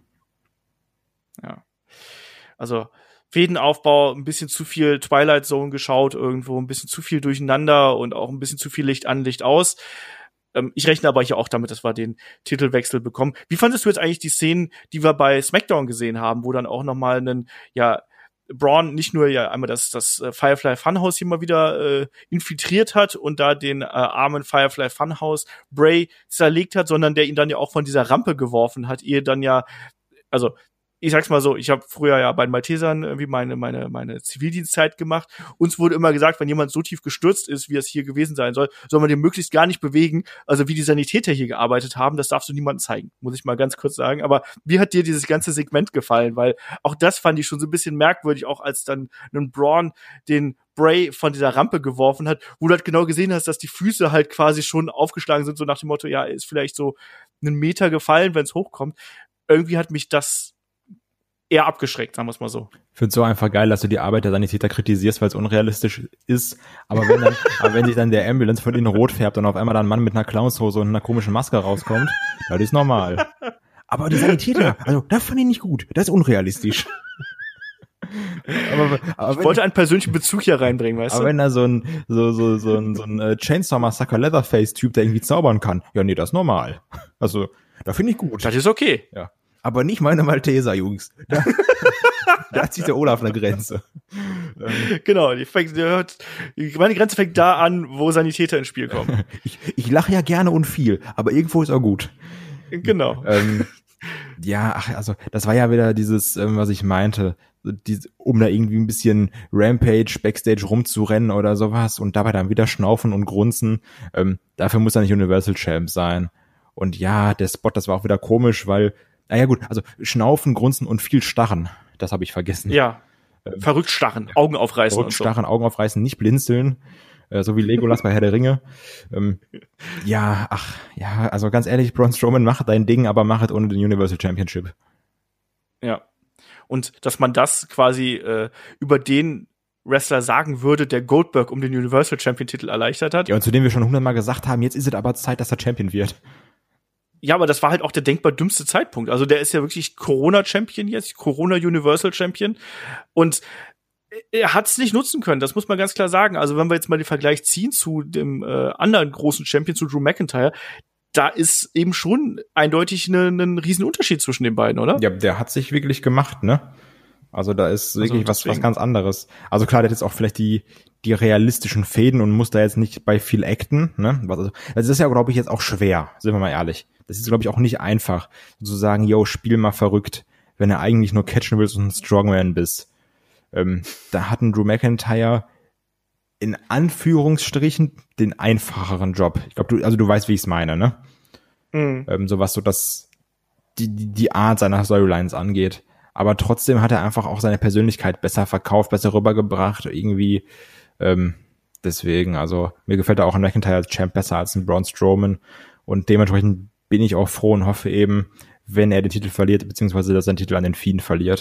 Ja. Also, Fädenaufbau, ein bisschen zu viel Twilight Zone geschaut irgendwo, ein bisschen zu viel durcheinander und auch ein bisschen zu viel Licht an, Licht aus. Ähm, ich rechne aber hier auch damit, dass wir den Titelwechsel bekommen. Wie fandest du jetzt eigentlich die Szenen, die wir bei SmackDown gesehen haben, wo dann auch noch mal einen, ja, Braun nicht nur ja einmal das das Firefly Funhouse hier mal wieder äh, infiltriert hat und da den äh, armen Firefly Funhouse Bray zerlegt hat, sondern der ihn dann ja auch von dieser Rampe geworfen hat, ehe dann ja, also ich sag's mal so, ich habe früher ja bei den Maltesern irgendwie meine meine meine Zivildienstzeit gemacht. Uns wurde immer gesagt, wenn jemand so tief gestürzt ist, wie es hier gewesen sein soll, soll man den möglichst gar nicht bewegen. Also wie die Sanitäter hier gearbeitet haben, das darfst du niemandem zeigen, muss ich mal ganz kurz sagen. Aber wie hat dir dieses ganze Segment gefallen? Weil auch das fand ich schon so ein bisschen merkwürdig, auch als dann ein Braun den Bray von dieser Rampe geworfen hat, wo du halt genau gesehen hast, dass die Füße halt quasi schon aufgeschlagen sind, so nach dem Motto, ja, er ist vielleicht so einen Meter gefallen, wenn es hochkommt. Irgendwie hat mich das eher abgeschreckt, sagen wir es mal so. Ich finde es so einfach geil, dass du die Arbeit der Sanitäter kritisierst, weil es unrealistisch ist. Aber wenn dann, aber wenn sich dann der Ambulance von innen rot färbt und auf einmal dann ein Mann mit einer Clownshose und einer komischen Maske rauskommt, das ist normal. Aber die Sanitäter, also das fand ich nicht gut. Das ist unrealistisch. aber, aber ich wollte einen persönlichen Bezug hier reinbringen, weißt aber du? Aber wenn da so ein so so so ein, so ein äh, Chainsaw Massacre Leatherface Typ, der irgendwie zaubern kann, ja nee, das ist normal. Also da finde ich gut. Das ist okay. Ja. Aber nicht meine Malteser, Jungs. Da, da zieht der Olaf eine Grenze. Genau, die fängt, die hört, meine Grenze fängt da an, wo Sanitäter ins Spiel kommen. Ich, ich lache ja gerne und viel, aber irgendwo ist auch gut. Genau. Ähm, ja, ach, also das war ja wieder dieses, ähm, was ich meinte, die, um da irgendwie ein bisschen Rampage, Backstage rumzurennen oder sowas und dabei dann wieder schnaufen und grunzen. Ähm, dafür muss er nicht Universal Champ sein. Und ja, der Spot, das war auch wieder komisch, weil naja gut, also Schnaufen, Grunzen und viel Starren, das habe ich vergessen. Ja, ähm, verrückt starren, Augen aufreißen verrückt und so. starren, Augen aufreißen, nicht blinzeln, äh, so wie Legolas bei Herr der Ringe. Ähm, ja, ach, ja, also ganz ehrlich, Braun Strowman, mach dein Ding, aber mach es ohne den Universal Championship. Ja, und dass man das quasi äh, über den Wrestler sagen würde, der Goldberg um den Universal Champion-Titel erleichtert hat. Ja, und zu dem wir schon hundertmal gesagt haben, jetzt ist es aber Zeit, dass er Champion wird. Ja, aber das war halt auch der denkbar dümmste Zeitpunkt. Also der ist ja wirklich Corona-Champion jetzt, Corona-Universal-Champion. Und er hat es nicht nutzen können, das muss man ganz klar sagen. Also wenn wir jetzt mal den Vergleich ziehen zu dem äh, anderen großen Champion, zu Drew McIntyre, da ist eben schon eindeutig ein ne, ne riesen Unterschied zwischen den beiden, oder? Ja, der hat sich wirklich gemacht, ne? Also da ist wirklich also was was ganz anderes. Also klar, der hat jetzt auch vielleicht die die realistischen Fäden und muss da jetzt nicht bei viel acten, ne? Also das ist ja, glaube ich, jetzt auch schwer, sind wir mal ehrlich. Das ist, glaube ich, auch nicht einfach, so zu sagen, yo, spiel mal verrückt, wenn er eigentlich nur catchen willst und ein Strongman bist. Ähm, da hat ein Drew McIntyre in Anführungsstrichen den einfacheren Job. Ich glaube, du, also du weißt, wie ich es meine, ne? Mhm. Ähm, so was so das, die, die, die Art seiner Storylines angeht. Aber trotzdem hat er einfach auch seine Persönlichkeit besser verkauft, besser rübergebracht, irgendwie, ähm, deswegen, also, mir gefällt er auch ein McIntyre als Champ besser als ein Braun Strowman und dementsprechend bin ich auch froh und hoffe eben, wenn er den Titel verliert, beziehungsweise dass er den Titel an den Fiend verliert.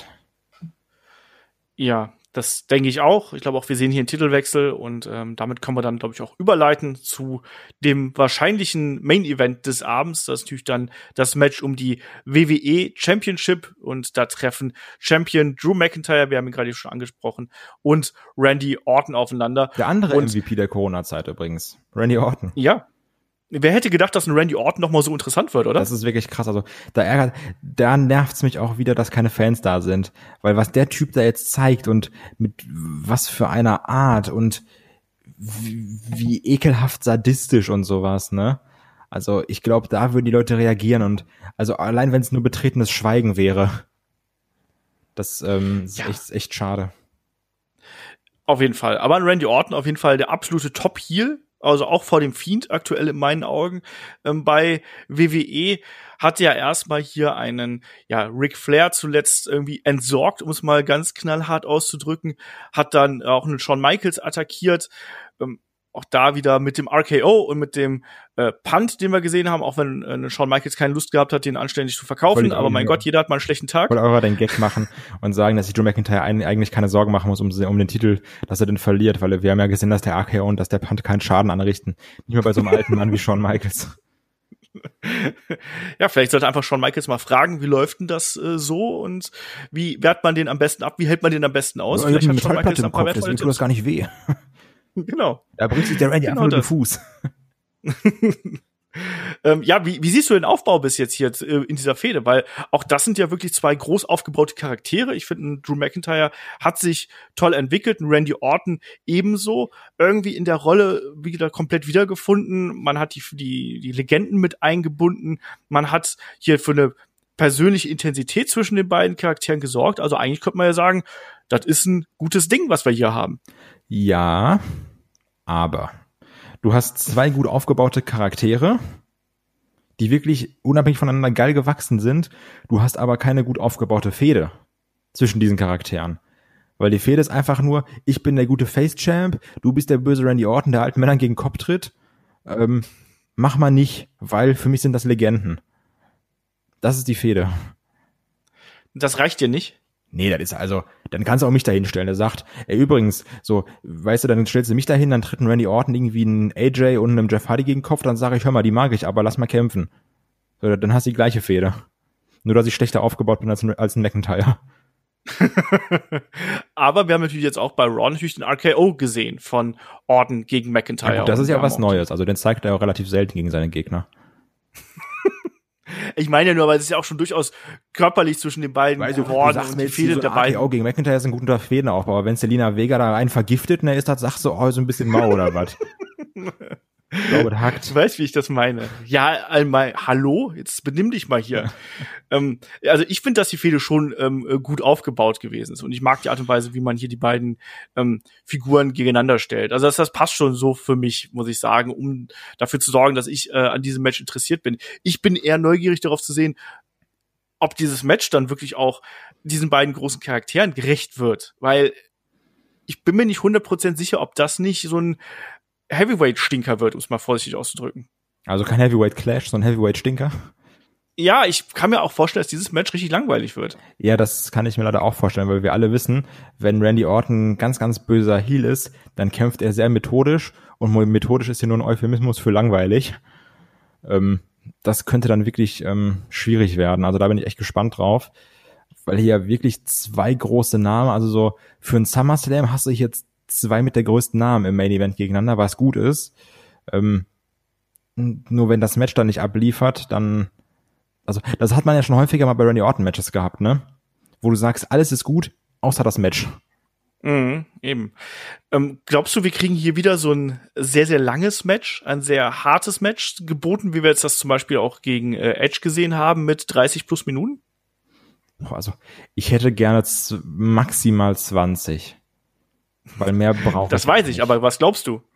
Ja, das denke ich auch. Ich glaube auch, wir sehen hier einen Titelwechsel und ähm, damit können wir dann, glaube ich, auch überleiten zu dem wahrscheinlichen Main-Event des Abends. Das ist natürlich dann das Match um die W W E Championship und da treffen Champion Drew McIntyre, wir haben ihn gerade schon angesprochen, und Randy Orton aufeinander. Der andere und, M V P der Corona-Zeit übrigens, Randy Orton. Ja. Wer hätte gedacht, dass ein Randy Orton noch mal so interessant wird, oder? Das ist wirklich krass. Also da ärgert, da nervt's mich auch wieder, dass keine Fans da sind, weil was der Typ da jetzt zeigt und mit was für einer Art und wie, wie ekelhaft sadistisch und sowas, ne? Also ich glaube, da würden die Leute reagieren und also allein wenn es nur betretenes Schweigen wäre, das ähm, ist ja. echt, echt schade. Auf jeden Fall. Aber ein Randy Orton auf jeden Fall der absolute Top-Heel. Also auch vor dem Fiend aktuell in meinen Augen. Ähm, bei W W E hat ja erstmal hier einen, ja, Ric Flair zuletzt irgendwie entsorgt, um es mal ganz knallhart auszudrücken, hat dann auch einen Shawn Michaels attackiert, ähm, auch da wieder mit dem R K O und mit dem äh, Punt, den wir gesehen haben, auch wenn äh, Shawn Michaels keine Lust gehabt hat, den anständig zu verkaufen, aber mein Gott, jeder hat mal einen schlechten Tag. Ich wollte auch den Gag machen und sagen, dass sich Drew McIntyre eigentlich keine Sorgen machen muss um, um den Titel, dass er den verliert, weil wir haben ja gesehen, dass der R K O und dass der Punt keinen Schaden anrichten. Nicht mehr bei so einem alten Mann wie Shawn Michaels. Ja, vielleicht sollte einfach Shawn Michaels mal fragen, wie läuft denn das äh, so und wie wehrt man den am besten ab, wie hält man den am besten aus? Ja, vielleicht hat Shawn Michaels im Kopf, deswegen tut das gar nicht weh. Genau. Da bringt sich der Randy genau einfach nur den Fuß. ähm, ja, wie, wie siehst du den Aufbau bis jetzt hier äh, in dieser Fehde? Weil auch das sind ja wirklich zwei groß aufgebaute Charaktere. Ich finde, Drew McIntyre hat sich toll entwickelt, ein Randy Orton ebenso. Irgendwie in der Rolle wieder komplett wiedergefunden. Man hat die, die, die Legenden mit eingebunden. Man hat hier für eine persönliche Intensität zwischen den beiden Charakteren gesorgt. Also eigentlich könnte man ja sagen, das ist ein gutes Ding, was wir hier haben. Ja, aber du hast zwei gut aufgebaute Charaktere, die wirklich unabhängig voneinander geil gewachsen sind. Du hast aber keine gut aufgebaute Fehde zwischen diesen Charakteren. Weil die Fehde ist einfach nur, ich bin der gute Face-Champ, du bist der böse Randy Orton, der alten Männern gegen den Kopf tritt. Ähm, mach mal nicht, weil für mich sind das Legenden. Das ist die Fehde. Das reicht dir nicht? Nee, das ist also, dann kannst du auch mich dahin stellen. Der sagt, ey, übrigens, so, weißt du, dann stellst du mich dahin, dann tritt ein Randy Orton irgendwie einen A J und einem Jeff Hardy gegen den Kopf, dann sage ich, hör mal, die mag ich, aber lass mal kämpfen. So, dann hast du die gleiche Fehde. Nur, dass ich schlechter aufgebaut bin als ein, als ein McIntyre. Aber wir haben natürlich jetzt auch bei Raw natürlich den R K O gesehen von Orton gegen McIntyre. Ja, gut, das ist ja was Neues, also den zeigt er auch relativ selten gegen seine Gegner. Ich meine ja nur, weil es ist ja auch schon durchaus körperlich zwischen den beiden weißt du, geworden und die Fehde so der beiden. R K O gegen McIntyre ist ein guter Fädenaufbau, aber wenn Selina Vega da einen vergiftet, ne, ist das, sagst du, oh, so ein bisschen mau oder was? Ich glaube, das hackt. Du weißt, wie ich das meine. Ja, einmal, hallo, jetzt benimm dich mal hier. ähm, also ich finde, dass die Fehde schon ähm, gut aufgebaut gewesen ist und ich mag die Art und Weise, wie man hier die beiden ähm, Figuren gegeneinander stellt. Also das, das passt schon so für mich, muss ich sagen, um dafür zu sorgen, dass ich äh, an diesem Match interessiert bin. Ich bin eher neugierig darauf zu sehen, ob dieses Match dann wirklich auch diesen beiden großen Charakteren gerecht wird, weil ich bin mir nicht hundert Prozent sicher, ob das nicht so ein Heavyweight-Stinker wird, um es mal vorsichtig auszudrücken. Also kein Heavyweight-Clash, sondern Heavyweight-Stinker? Ja, ich kann mir auch vorstellen, dass dieses Match richtig langweilig wird. Ja, das kann ich mir leider auch vorstellen, weil wir alle wissen, wenn Randy Orton ganz, ganz böser Heel ist, dann kämpft er sehr methodisch und methodisch ist hier nur ein Euphemismus für langweilig. Ähm, das könnte dann wirklich ähm, schwierig werden. Also da bin ich echt gespannt drauf, weil hier wirklich zwei große Namen, also so für einen SummerSlam hast du jetzt zwei mit der größten Namen im Main Event gegeneinander, was gut ist. Ähm, nur wenn das Match dann nicht abliefert, dann, also das hat man ja schon häufiger mal bei Randy Orton Matches gehabt, ne? Wo du sagst, alles ist gut, außer das Match. Mhm, eben. Ähm, glaubst du, wir kriegen hier wieder so ein sehr, sehr langes Match, ein sehr hartes Match geboten, wie wir jetzt das zum Beispiel auch gegen äh, Edge gesehen haben mit dreißig plus Minuten? Also ich hätte gerne z- maximal zwanzig. Weil mehr braucht Das weiß ich, aber was glaubst du?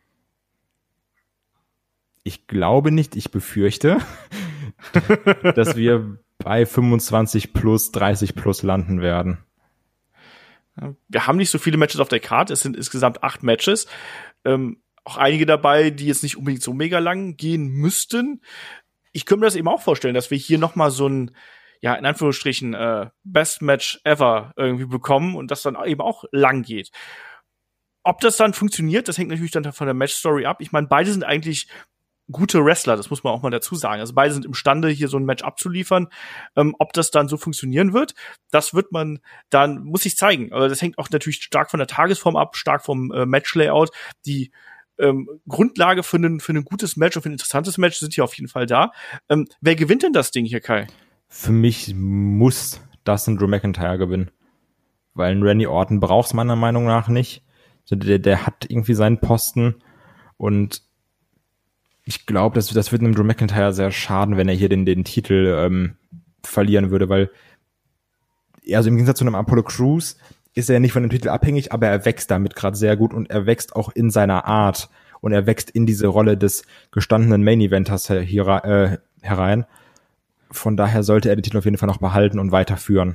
Ich glaube nicht, ich befürchte, dass wir bei fünfundzwanzig plus, dreißig plus landen werden. Wir haben nicht so viele Matches auf der Karte, es sind insgesamt acht Matches. Ähm, auch einige dabei, die jetzt nicht unbedingt so mega lang gehen müssten. Ich könnte mir das eben auch vorstellen, dass wir hier noch mal so ein, ja, in Anführungsstrichen, äh, Best Match ever irgendwie bekommen und das dann eben auch lang geht. Ob das dann funktioniert, das hängt natürlich dann von der Match-Story ab. Ich meine, beide sind eigentlich gute Wrestler, das muss man auch mal dazu sagen. Also beide sind imstande, hier so ein Match abzuliefern. Ähm, ob das dann so funktionieren wird, das wird man dann, muss ich zeigen. Aber das hängt auch natürlich stark von der Tagesform ab, stark vom äh, Match-Layout. Die ähm, Grundlage für ein, für ein gutes Match und für ein interessantes Match sind hier auf jeden Fall da. Ähm, wer gewinnt denn das Ding hier, Kai? Für mich muss das ein Drew McIntyre gewinnen. Weil ein Randy Orton braucht es meiner Meinung nach nicht. Der, der hat irgendwie seinen Posten und ich glaube, das, das wird einem Drew McIntyre sehr schaden, wenn er hier den, den Titel ähm, verlieren würde, weil also im Gegensatz zu einem Apollo Crews ist er nicht von dem Titel abhängig, aber er wächst damit gerade sehr gut und er wächst auch in seiner Art und er wächst in diese Rolle des gestandenen Main-Eventers hier, äh, herein. Von daher sollte er den Titel auf jeden Fall noch behalten und weiterführen.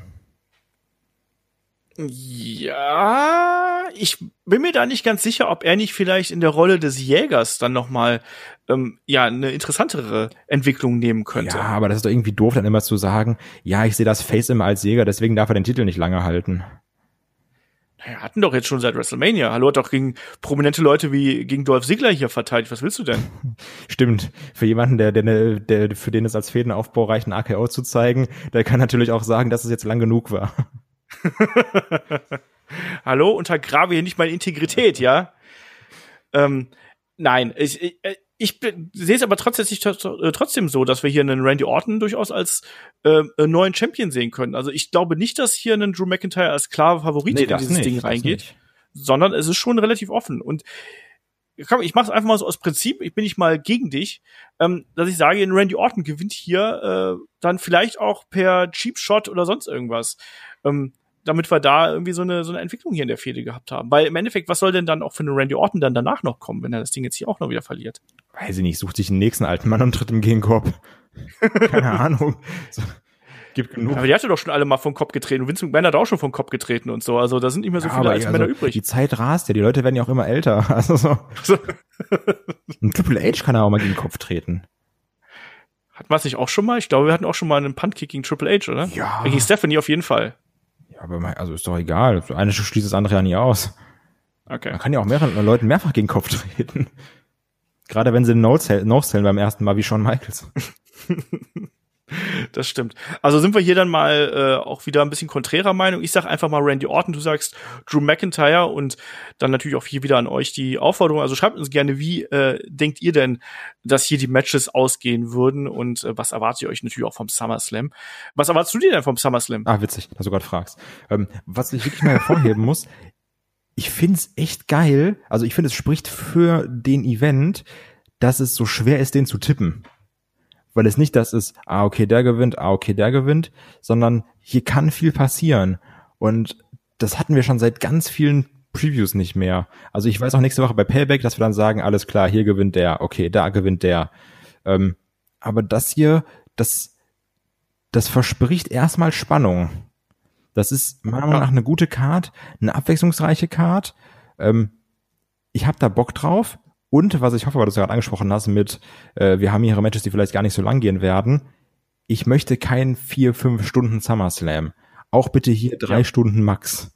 Ja, ich bin mir da nicht ganz sicher, ob er nicht vielleicht in der Rolle des Jägers dann noch mal ähm, ja eine interessantere Entwicklung nehmen könnte. Ja, aber das ist doch irgendwie doof, dann immer zu sagen, ja, ich sehe das Face immer als Jäger, deswegen darf er den Titel nicht lange halten. Naja, hatten doch jetzt schon seit WrestleMania. Hallo, hat doch gegen prominente Leute wie gegen Dolph Ziggler hier verteidigt. Was willst du denn? Stimmt. Für jemanden, der, der, der für den es als Fädenaufbau reicht, einen A K O zu zeigen, der kann natürlich auch sagen, dass es jetzt lang genug war. Hallo, untergrabe hier nicht meine Integrität, ja? ähm, nein, ich, ich, ich sehe es aber trotzdem, trotzdem so, dass wir hier einen Randy Orton durchaus als äh, neuen Champion sehen können. Also ich glaube nicht, dass hier ein Drew McIntyre als klarer Favorit Nee, in dieses nicht, Ding reingeht, sondern es ist schon relativ offen. Und komm, ich mache es einfach mal so aus Prinzip, ich bin nicht mal gegen dich, ähm, dass ich sage, Randy Orton gewinnt hier äh, dann vielleicht auch per Cheap Shot oder sonst irgendwas. Ähm, damit wir da irgendwie so eine so eine Entwicklung hier in der Fehde gehabt haben. Weil im Endeffekt, was soll denn dann auch für einen Randy Orton dann danach noch kommen, wenn er das Ding jetzt hier auch noch wieder verliert? Weiß ich nicht, sucht sich einen nächsten alten Mann und tritt im Gegenkorb. Keine Ahnung. So, gibt genug. Aber die hatte doch schon alle mal vom Kopf getreten. Und Vince McMahon hat auch schon vom Kopf getreten und so. Also da sind nicht mehr so ja, viele alte also, Männer übrig. Die Zeit rast ja, die Leute werden ja auch immer älter. Also so. Ein Triple H kann ja auch mal gegen den Kopf treten. Hat man es nicht auch schon mal? Ich glaube, wir hatten auch schon mal einen Punt-Kick gegen Triple H, oder? Ja. Gegen Stephanie auf jeden Fall. Ja, aber also ist doch egal. Das eine schließt das andere ja nie aus. Okay. Man kann ja auch mehreren Leuten mehrfach gegen den Kopf treten. Gerade wenn sie no-sellen beim ersten Mal wie Shawn Michaels. Das stimmt. Also sind wir hier dann mal äh, auch wieder ein bisschen konträrer Meinung. Ich sag einfach mal Randy Orton, du sagst Drew McIntyre und dann natürlich auch hier wieder an euch die Aufforderung. Also schreibt uns gerne, wie äh, denkt ihr denn, dass hier die Matches ausgehen würden und äh, was erwartet ihr euch natürlich auch vom SummerSlam? Was erwartest du dir denn vom SummerSlam? Ah, witzig, dass du gerade fragst. Ähm, was ich wirklich mal hervorheben muss, ich find's echt geil, also ich finde, es spricht für den Event, dass es so schwer ist, den zu tippen. Weil es nicht das ist, ah, okay, der gewinnt, ah, okay, der gewinnt, sondern hier kann viel passieren. Und das hatten wir schon seit ganz vielen Previews nicht mehr. Also ich weiß auch nächste Woche bei Payback, dass wir dann sagen, alles klar, hier gewinnt der, okay, da gewinnt der. Ähm, aber das hier, das, das verspricht erstmal Spannung. Das ist meiner Meinung nach eine gute Card, eine abwechslungsreiche Card. Ähm, ich habe da Bock drauf. Und was ich hoffe, weil du es gerade angesprochen hast mit, äh, wir haben hier Matches, die vielleicht gar nicht so lang gehen werden. Ich möchte keinen vier, fünf Stunden SummerSlam. Auch bitte hier drei ja. Stunden max.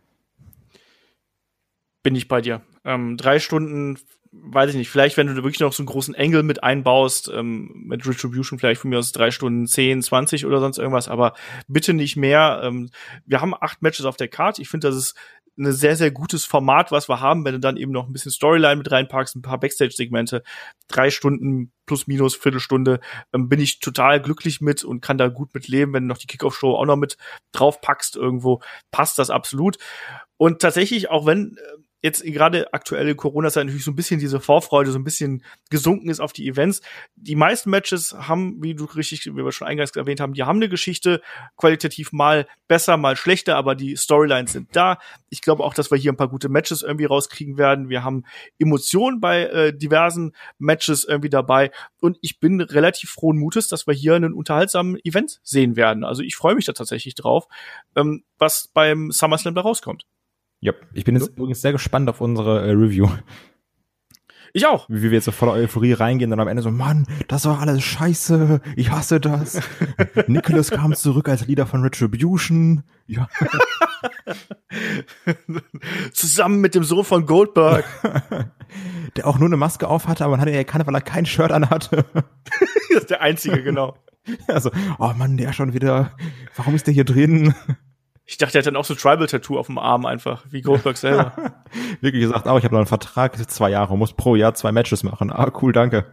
Bin ich bei dir. Ähm, drei Stunden, weiß ich nicht, vielleicht, wenn du da wirklich noch so einen großen Angle mit einbaust, ähm, mit Retribution vielleicht von mir aus drei Stunden zehn, zwanzig oder sonst irgendwas, aber bitte nicht mehr. Ähm, wir haben acht Matches auf der Card. Ich finde, das ist ein sehr, sehr gutes Format, was wir haben, wenn du dann eben noch ein bisschen Storyline mit reinpackst, ein paar Backstage-Segmente, drei Stunden plus minus Viertelstunde, ähm, bin ich total glücklich mit und kann da gut mit leben. Wenn du noch die Kickoff-Show auch noch mit drauf packst irgendwo, passt das absolut. Und tatsächlich, auch wenn äh, jetzt gerade aktuelle Corona-Zeit natürlich so ein bisschen diese Vorfreude so ein bisschen gesunken ist auf die Events. Die meisten Matches haben, wie du richtig, wie wir schon eingangs erwähnt haben, die haben eine Geschichte, qualitativ mal besser, mal schlechter, aber die Storylines sind da. Ich glaube auch, dass wir hier ein paar gute Matches irgendwie rauskriegen werden. Wir haben Emotionen bei äh, diversen Matches irgendwie dabei und ich bin relativ frohen Mutes, dass wir hier einen unterhaltsamen Event sehen werden. Also ich freue mich da tatsächlich drauf, ähm, was beim SummerSlam da rauskommt. Ja, ich bin jetzt ja. übrigens sehr gespannt auf unsere äh, Review. Ich auch. Wie wir jetzt so voller Euphorie reingehen und am Ende so, Mann, das war alles scheiße, ich hasse das. Nicholas kam zurück als Leader von Retribution. Ja. Zusammen mit dem Sohn von Goldberg. Der auch nur eine Maske auf hatte, aber man hat ihn erkannt, weil er kein Shirt anhatte. Das ist der Einzige, genau. Also, oh Mann, der schon wieder, warum ist der hier drin? Ich dachte, er hat dann auch so Tribal-Tattoo auf dem Arm einfach, wie Goldberg selber. Wirklich gesagt, oh, ich habe noch einen Vertrag, zwei Jahre, muss pro Jahr zwei Matches machen. Ah, cool, danke.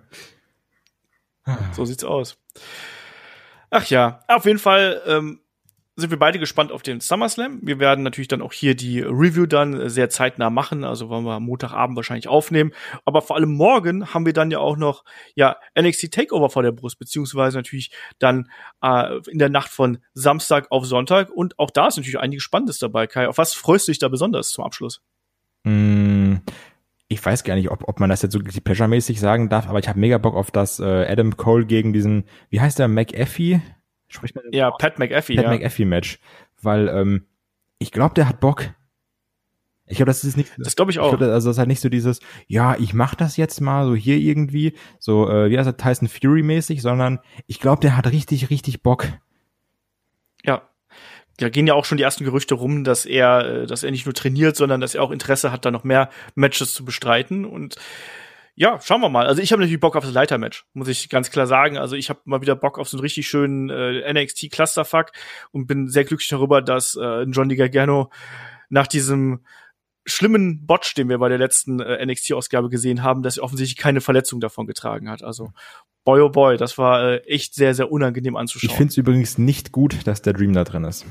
So sieht's aus. Ach ja, auf jeden Fall ähm, sind wir beide gespannt auf den SummerSlam. Wir werden natürlich dann auch hier die Review dann sehr zeitnah machen, also wollen wir am Montagabend wahrscheinlich aufnehmen. Aber vor allem morgen haben wir dann ja auch noch ja N X T Takeover vor der Brust, beziehungsweise natürlich dann äh, in der Nacht von Samstag auf Sonntag. Und auch da ist natürlich einiges Spannendes dabei, Kai. Auf was freust du dich da besonders zum Abschluss? Mm, ich weiß gar nicht, ob, ob man das jetzt so pleasure-mäßig sagen darf, aber ich habe mega Bock auf das äh, Adam Cole gegen diesen, wie heißt der, McAfee? Spricht man ja, Pat McAfee, Pat ja. McAfee-Match, weil ähm, ich glaube, der hat Bock. Ich glaube, das ist nicht. Das glaube ich auch. Ich glaub, also das ist halt nicht so dieses, ja, ich mach das jetzt mal so hier irgendwie, so äh, wie heißt das, Tyson Fury-mäßig, sondern ich glaube, der hat richtig, richtig Bock. Ja. Da gehen ja auch schon die ersten Gerüchte rum, dass er, dass er nicht nur trainiert, sondern dass er auch Interesse hat, da noch mehr Matches zu bestreiten. Und ja, schauen wir mal. Also ich habe natürlich Bock auf das Leitermatch, muss ich ganz klar sagen. Also ich habe mal wieder Bock auf so einen richtig schönen äh, N X T-Clusterfuck und bin sehr glücklich darüber, dass äh, Johnny Gargano nach diesem schlimmen Botch, den wir bei der letzten äh, N X T-Ausgabe gesehen haben, dass er offensichtlich keine Verletzung davon getragen hat. Also boy oh boy, das war äh, echt sehr, sehr unangenehm anzuschauen. Ich finde es übrigens nicht gut, dass der Dream da drin ist.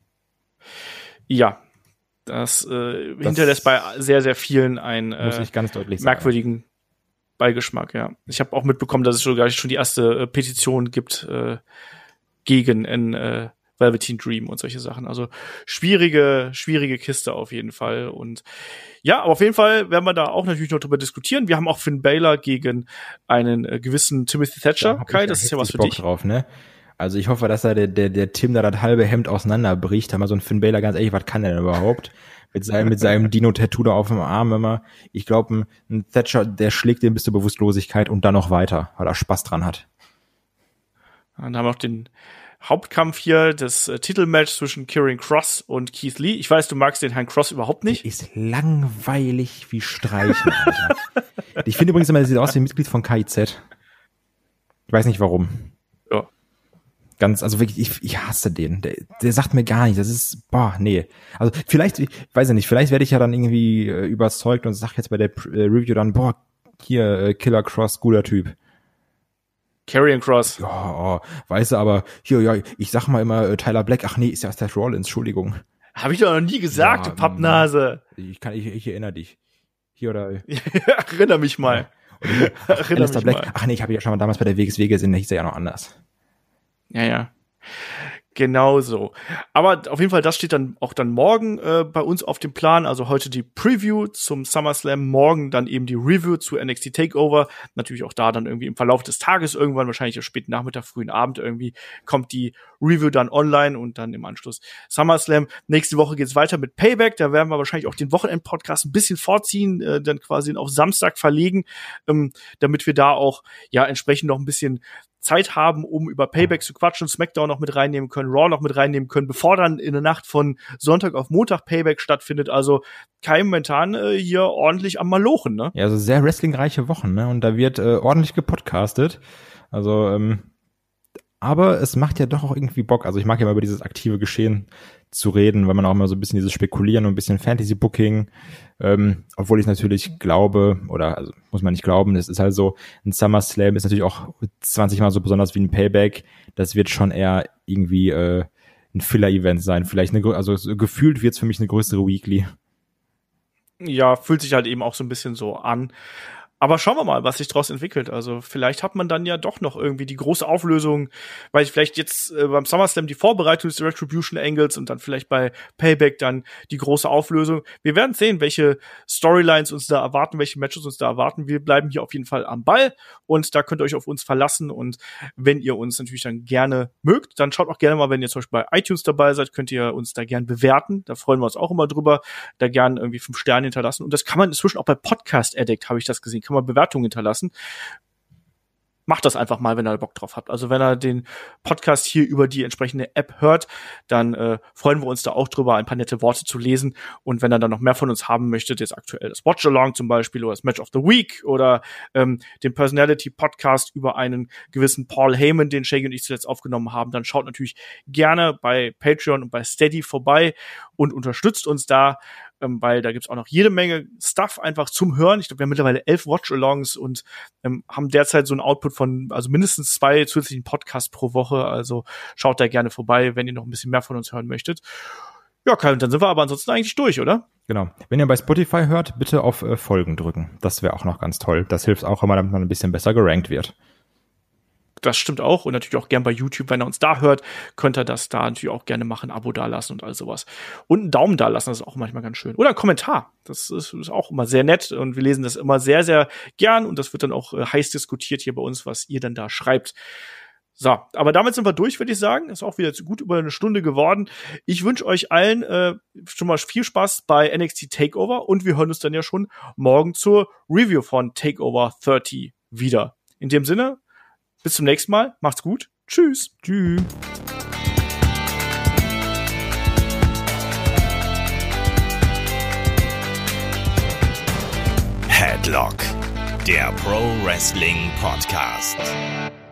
Ja, das, äh, das hinterlässt bei sehr, sehr vielen einen äh, muss ich ganz deutlich merkwürdigen sagen. Beigeschmack, ja. Ich habe auch mitbekommen, dass es sogar schon die erste äh, Petition gibt äh, gegen ein äh, Velveteen Dream und solche Sachen. Also schwierige, schwierige Kiste auf jeden Fall. Und ja, aber auf jeden Fall werden wir da auch natürlich noch drüber diskutieren. Wir haben auch Finn Balor gegen einen äh, gewissen Timothy Thatcher. Da Kai, das ist ja was für Bock dich. Drauf, ne? Also ich hoffe, dass er der, der, der Tim da das halbe Hemd auseinanderbricht. Da mal so ein Finn Balor, ganz ehrlich, was kann der denn überhaupt? Mit seinem, mit seinem Dino-Tattoo da auf dem Arm immer. Ich glaube, ein, ein Thatcher, der schlägt den bis zur Bewusstlosigkeit und dann noch weiter, weil er Spaß dran hat. Dann haben wir noch den Hauptkampf hier, das äh, Titelmatch zwischen Karrion Kross und Keith Lee. Ich weiß, du magst den Herrn Kross überhaupt nicht. Der ist langweilig wie Streichen, Alter. Ich finde übrigens immer, der sieht aus wie ein Mitglied von K I Z. Ich weiß nicht warum. Ja. Ganz, also wirklich, ich, ich hasse den. Der, der sagt mir gar nicht. Das ist, boah, nee. Also vielleicht, ich weiß ja nicht, vielleicht werde ich ja dann irgendwie äh, überzeugt und sag jetzt bei der äh, Review dann, boah, hier, äh, Killer Kross, guter Typ. Karrion Kross. Ja, oh, weißt du, aber hier, ja, ich sag mal immer äh, Tyler Black. Ach nee, ist ja Seth Rollins, Entschuldigung. Hab ich doch noch nie gesagt, ja, du Pappnase. Ich kann, ich, ich erinnere dich. Hier oder. Erinner mich mal. Ja. Ach, Erinner mich Black. mal. Ach nee, ich habe ja schon mal damals bei der W X W gesehen, da hieß er ja noch anders. Ja, ja. Genau so. Aber auf jeden Fall, das steht dann auch dann morgen äh, bei uns auf dem Plan. Also heute die Preview zum SummerSlam, morgen dann eben die Review zu N X T Takeover. Natürlich auch da dann irgendwie im Verlauf des Tages irgendwann, wahrscheinlich am späten Nachmittag, frühen Abend irgendwie, kommt die Review dann online und dann im Anschluss SummerSlam. Nächste Woche geht's weiter mit Payback. Da werden wir wahrscheinlich auch den Wochenend-Podcast ein bisschen vorziehen, äh, dann quasi auf Samstag verlegen, ähm, damit wir da auch ja entsprechend noch ein bisschen Zeit haben, um über Payback zu quatschen, SmackDown noch mit reinnehmen können, Raw noch mit reinnehmen können, bevor dann in der Nacht von Sonntag auf Montag Payback stattfindet. Also kein momentan äh, hier ordentlich am Malochen, ne? Ja, also sehr wrestlingreiche Wochen, ne? Und da wird äh, ordentlich gepodcastet. Also, ähm, aber es macht ja doch auch irgendwie Bock. Also ich mag ja mal über dieses aktive Geschehen zu reden, weil man auch immer so ein bisschen dieses Spekulieren und ein bisschen Fantasy-Booking, ähm, obwohl ich natürlich glaube, oder also muss man nicht glauben, es ist halt so, ein SummerSlam ist natürlich auch zwanzig Mal so besonders wie ein Payback. Das wird schon eher irgendwie äh, ein Filler-Event sein. Vielleicht eine, also gefühlt wird es für mich eine größere Weekly. Ja, fühlt sich halt eben auch so ein bisschen so an. Aber schauen wir mal, was sich daraus entwickelt. Also vielleicht hat man dann ja doch noch irgendwie die große Auflösung, weil ich vielleicht jetzt äh, beim SummerSlam die Vorbereitung des Retribution Angles und dann vielleicht bei Payback dann die große Auflösung. Wir werden sehen, welche Storylines uns da erwarten, welche Matches uns da erwarten. Wir bleiben hier auf jeden Fall am Ball und da könnt ihr euch auf uns verlassen. Und wenn ihr uns natürlich dann gerne mögt, dann schaut auch gerne mal, wenn ihr zum Beispiel bei iTunes dabei seid, könnt ihr uns da gern bewerten. Da freuen wir uns auch immer drüber. Da gern irgendwie fünf Sterne hinterlassen. Und das kann man inzwischen auch bei Podcast Addict, habe ich das gesehen, kann mal Bewertungen hinterlassen. Macht das einfach mal, wenn ihr Bock drauf habt. Also wenn ihr den Podcast hier über die entsprechende App hört, dann äh, freuen wir uns da auch drüber, ein paar nette Worte zu lesen. Und wenn ihr dann noch mehr von uns haben möchtet, jetzt aktuell das Watch-Along zum Beispiel oder das Match of the Week oder ähm, den Personality-Podcast über einen gewissen Paul Heyman, den Shaggy und ich zuletzt aufgenommen haben, dann schaut natürlich gerne bei Patreon und bei Steady vorbei und unterstützt uns da, ähm, weil da gibt's auch noch jede Menge Stuff einfach zum Hören. Ich glaube, wir haben mittlerweile elf Watch-Alongs und ähm, haben derzeit so einen Output von also mindestens zwei zusätzlichen Podcasts pro Woche. Also schaut da gerne vorbei, wenn ihr noch ein bisschen mehr von uns hören möchtet. Ja, Kai, dann sind wir aber ansonsten eigentlich durch, oder? Genau. Wenn ihr bei Spotify hört, bitte auf äh, Folgen drücken. Das wäre auch noch ganz toll. Das hilft auch immer, damit man ein bisschen besser gerankt wird. Das stimmt auch. Und natürlich auch gern bei YouTube, wenn ihr uns da hört, könnt ihr das da natürlich auch gerne machen, ein Abo dalassen und all sowas. Und einen Daumen dalassen, das ist auch manchmal ganz schön. Oder ein Kommentar. Das ist, ist auch immer sehr nett und wir lesen das immer sehr, sehr gern und das wird dann auch äh, heiß diskutiert hier bei uns, was ihr dann da schreibt. So, aber damit sind wir durch, würde ich sagen. Ist auch wieder gut über eine Stunde geworden. Ich wünsche euch allen äh, schon mal viel Spaß bei N X T Takeover und wir hören uns dann ja schon morgen zur Review von Takeover dreißig wieder. In dem Sinne, bis zum nächsten Mal. Macht's gut. Tschüss. Tschüss. Headlock, der Pro Wrestling Podcast.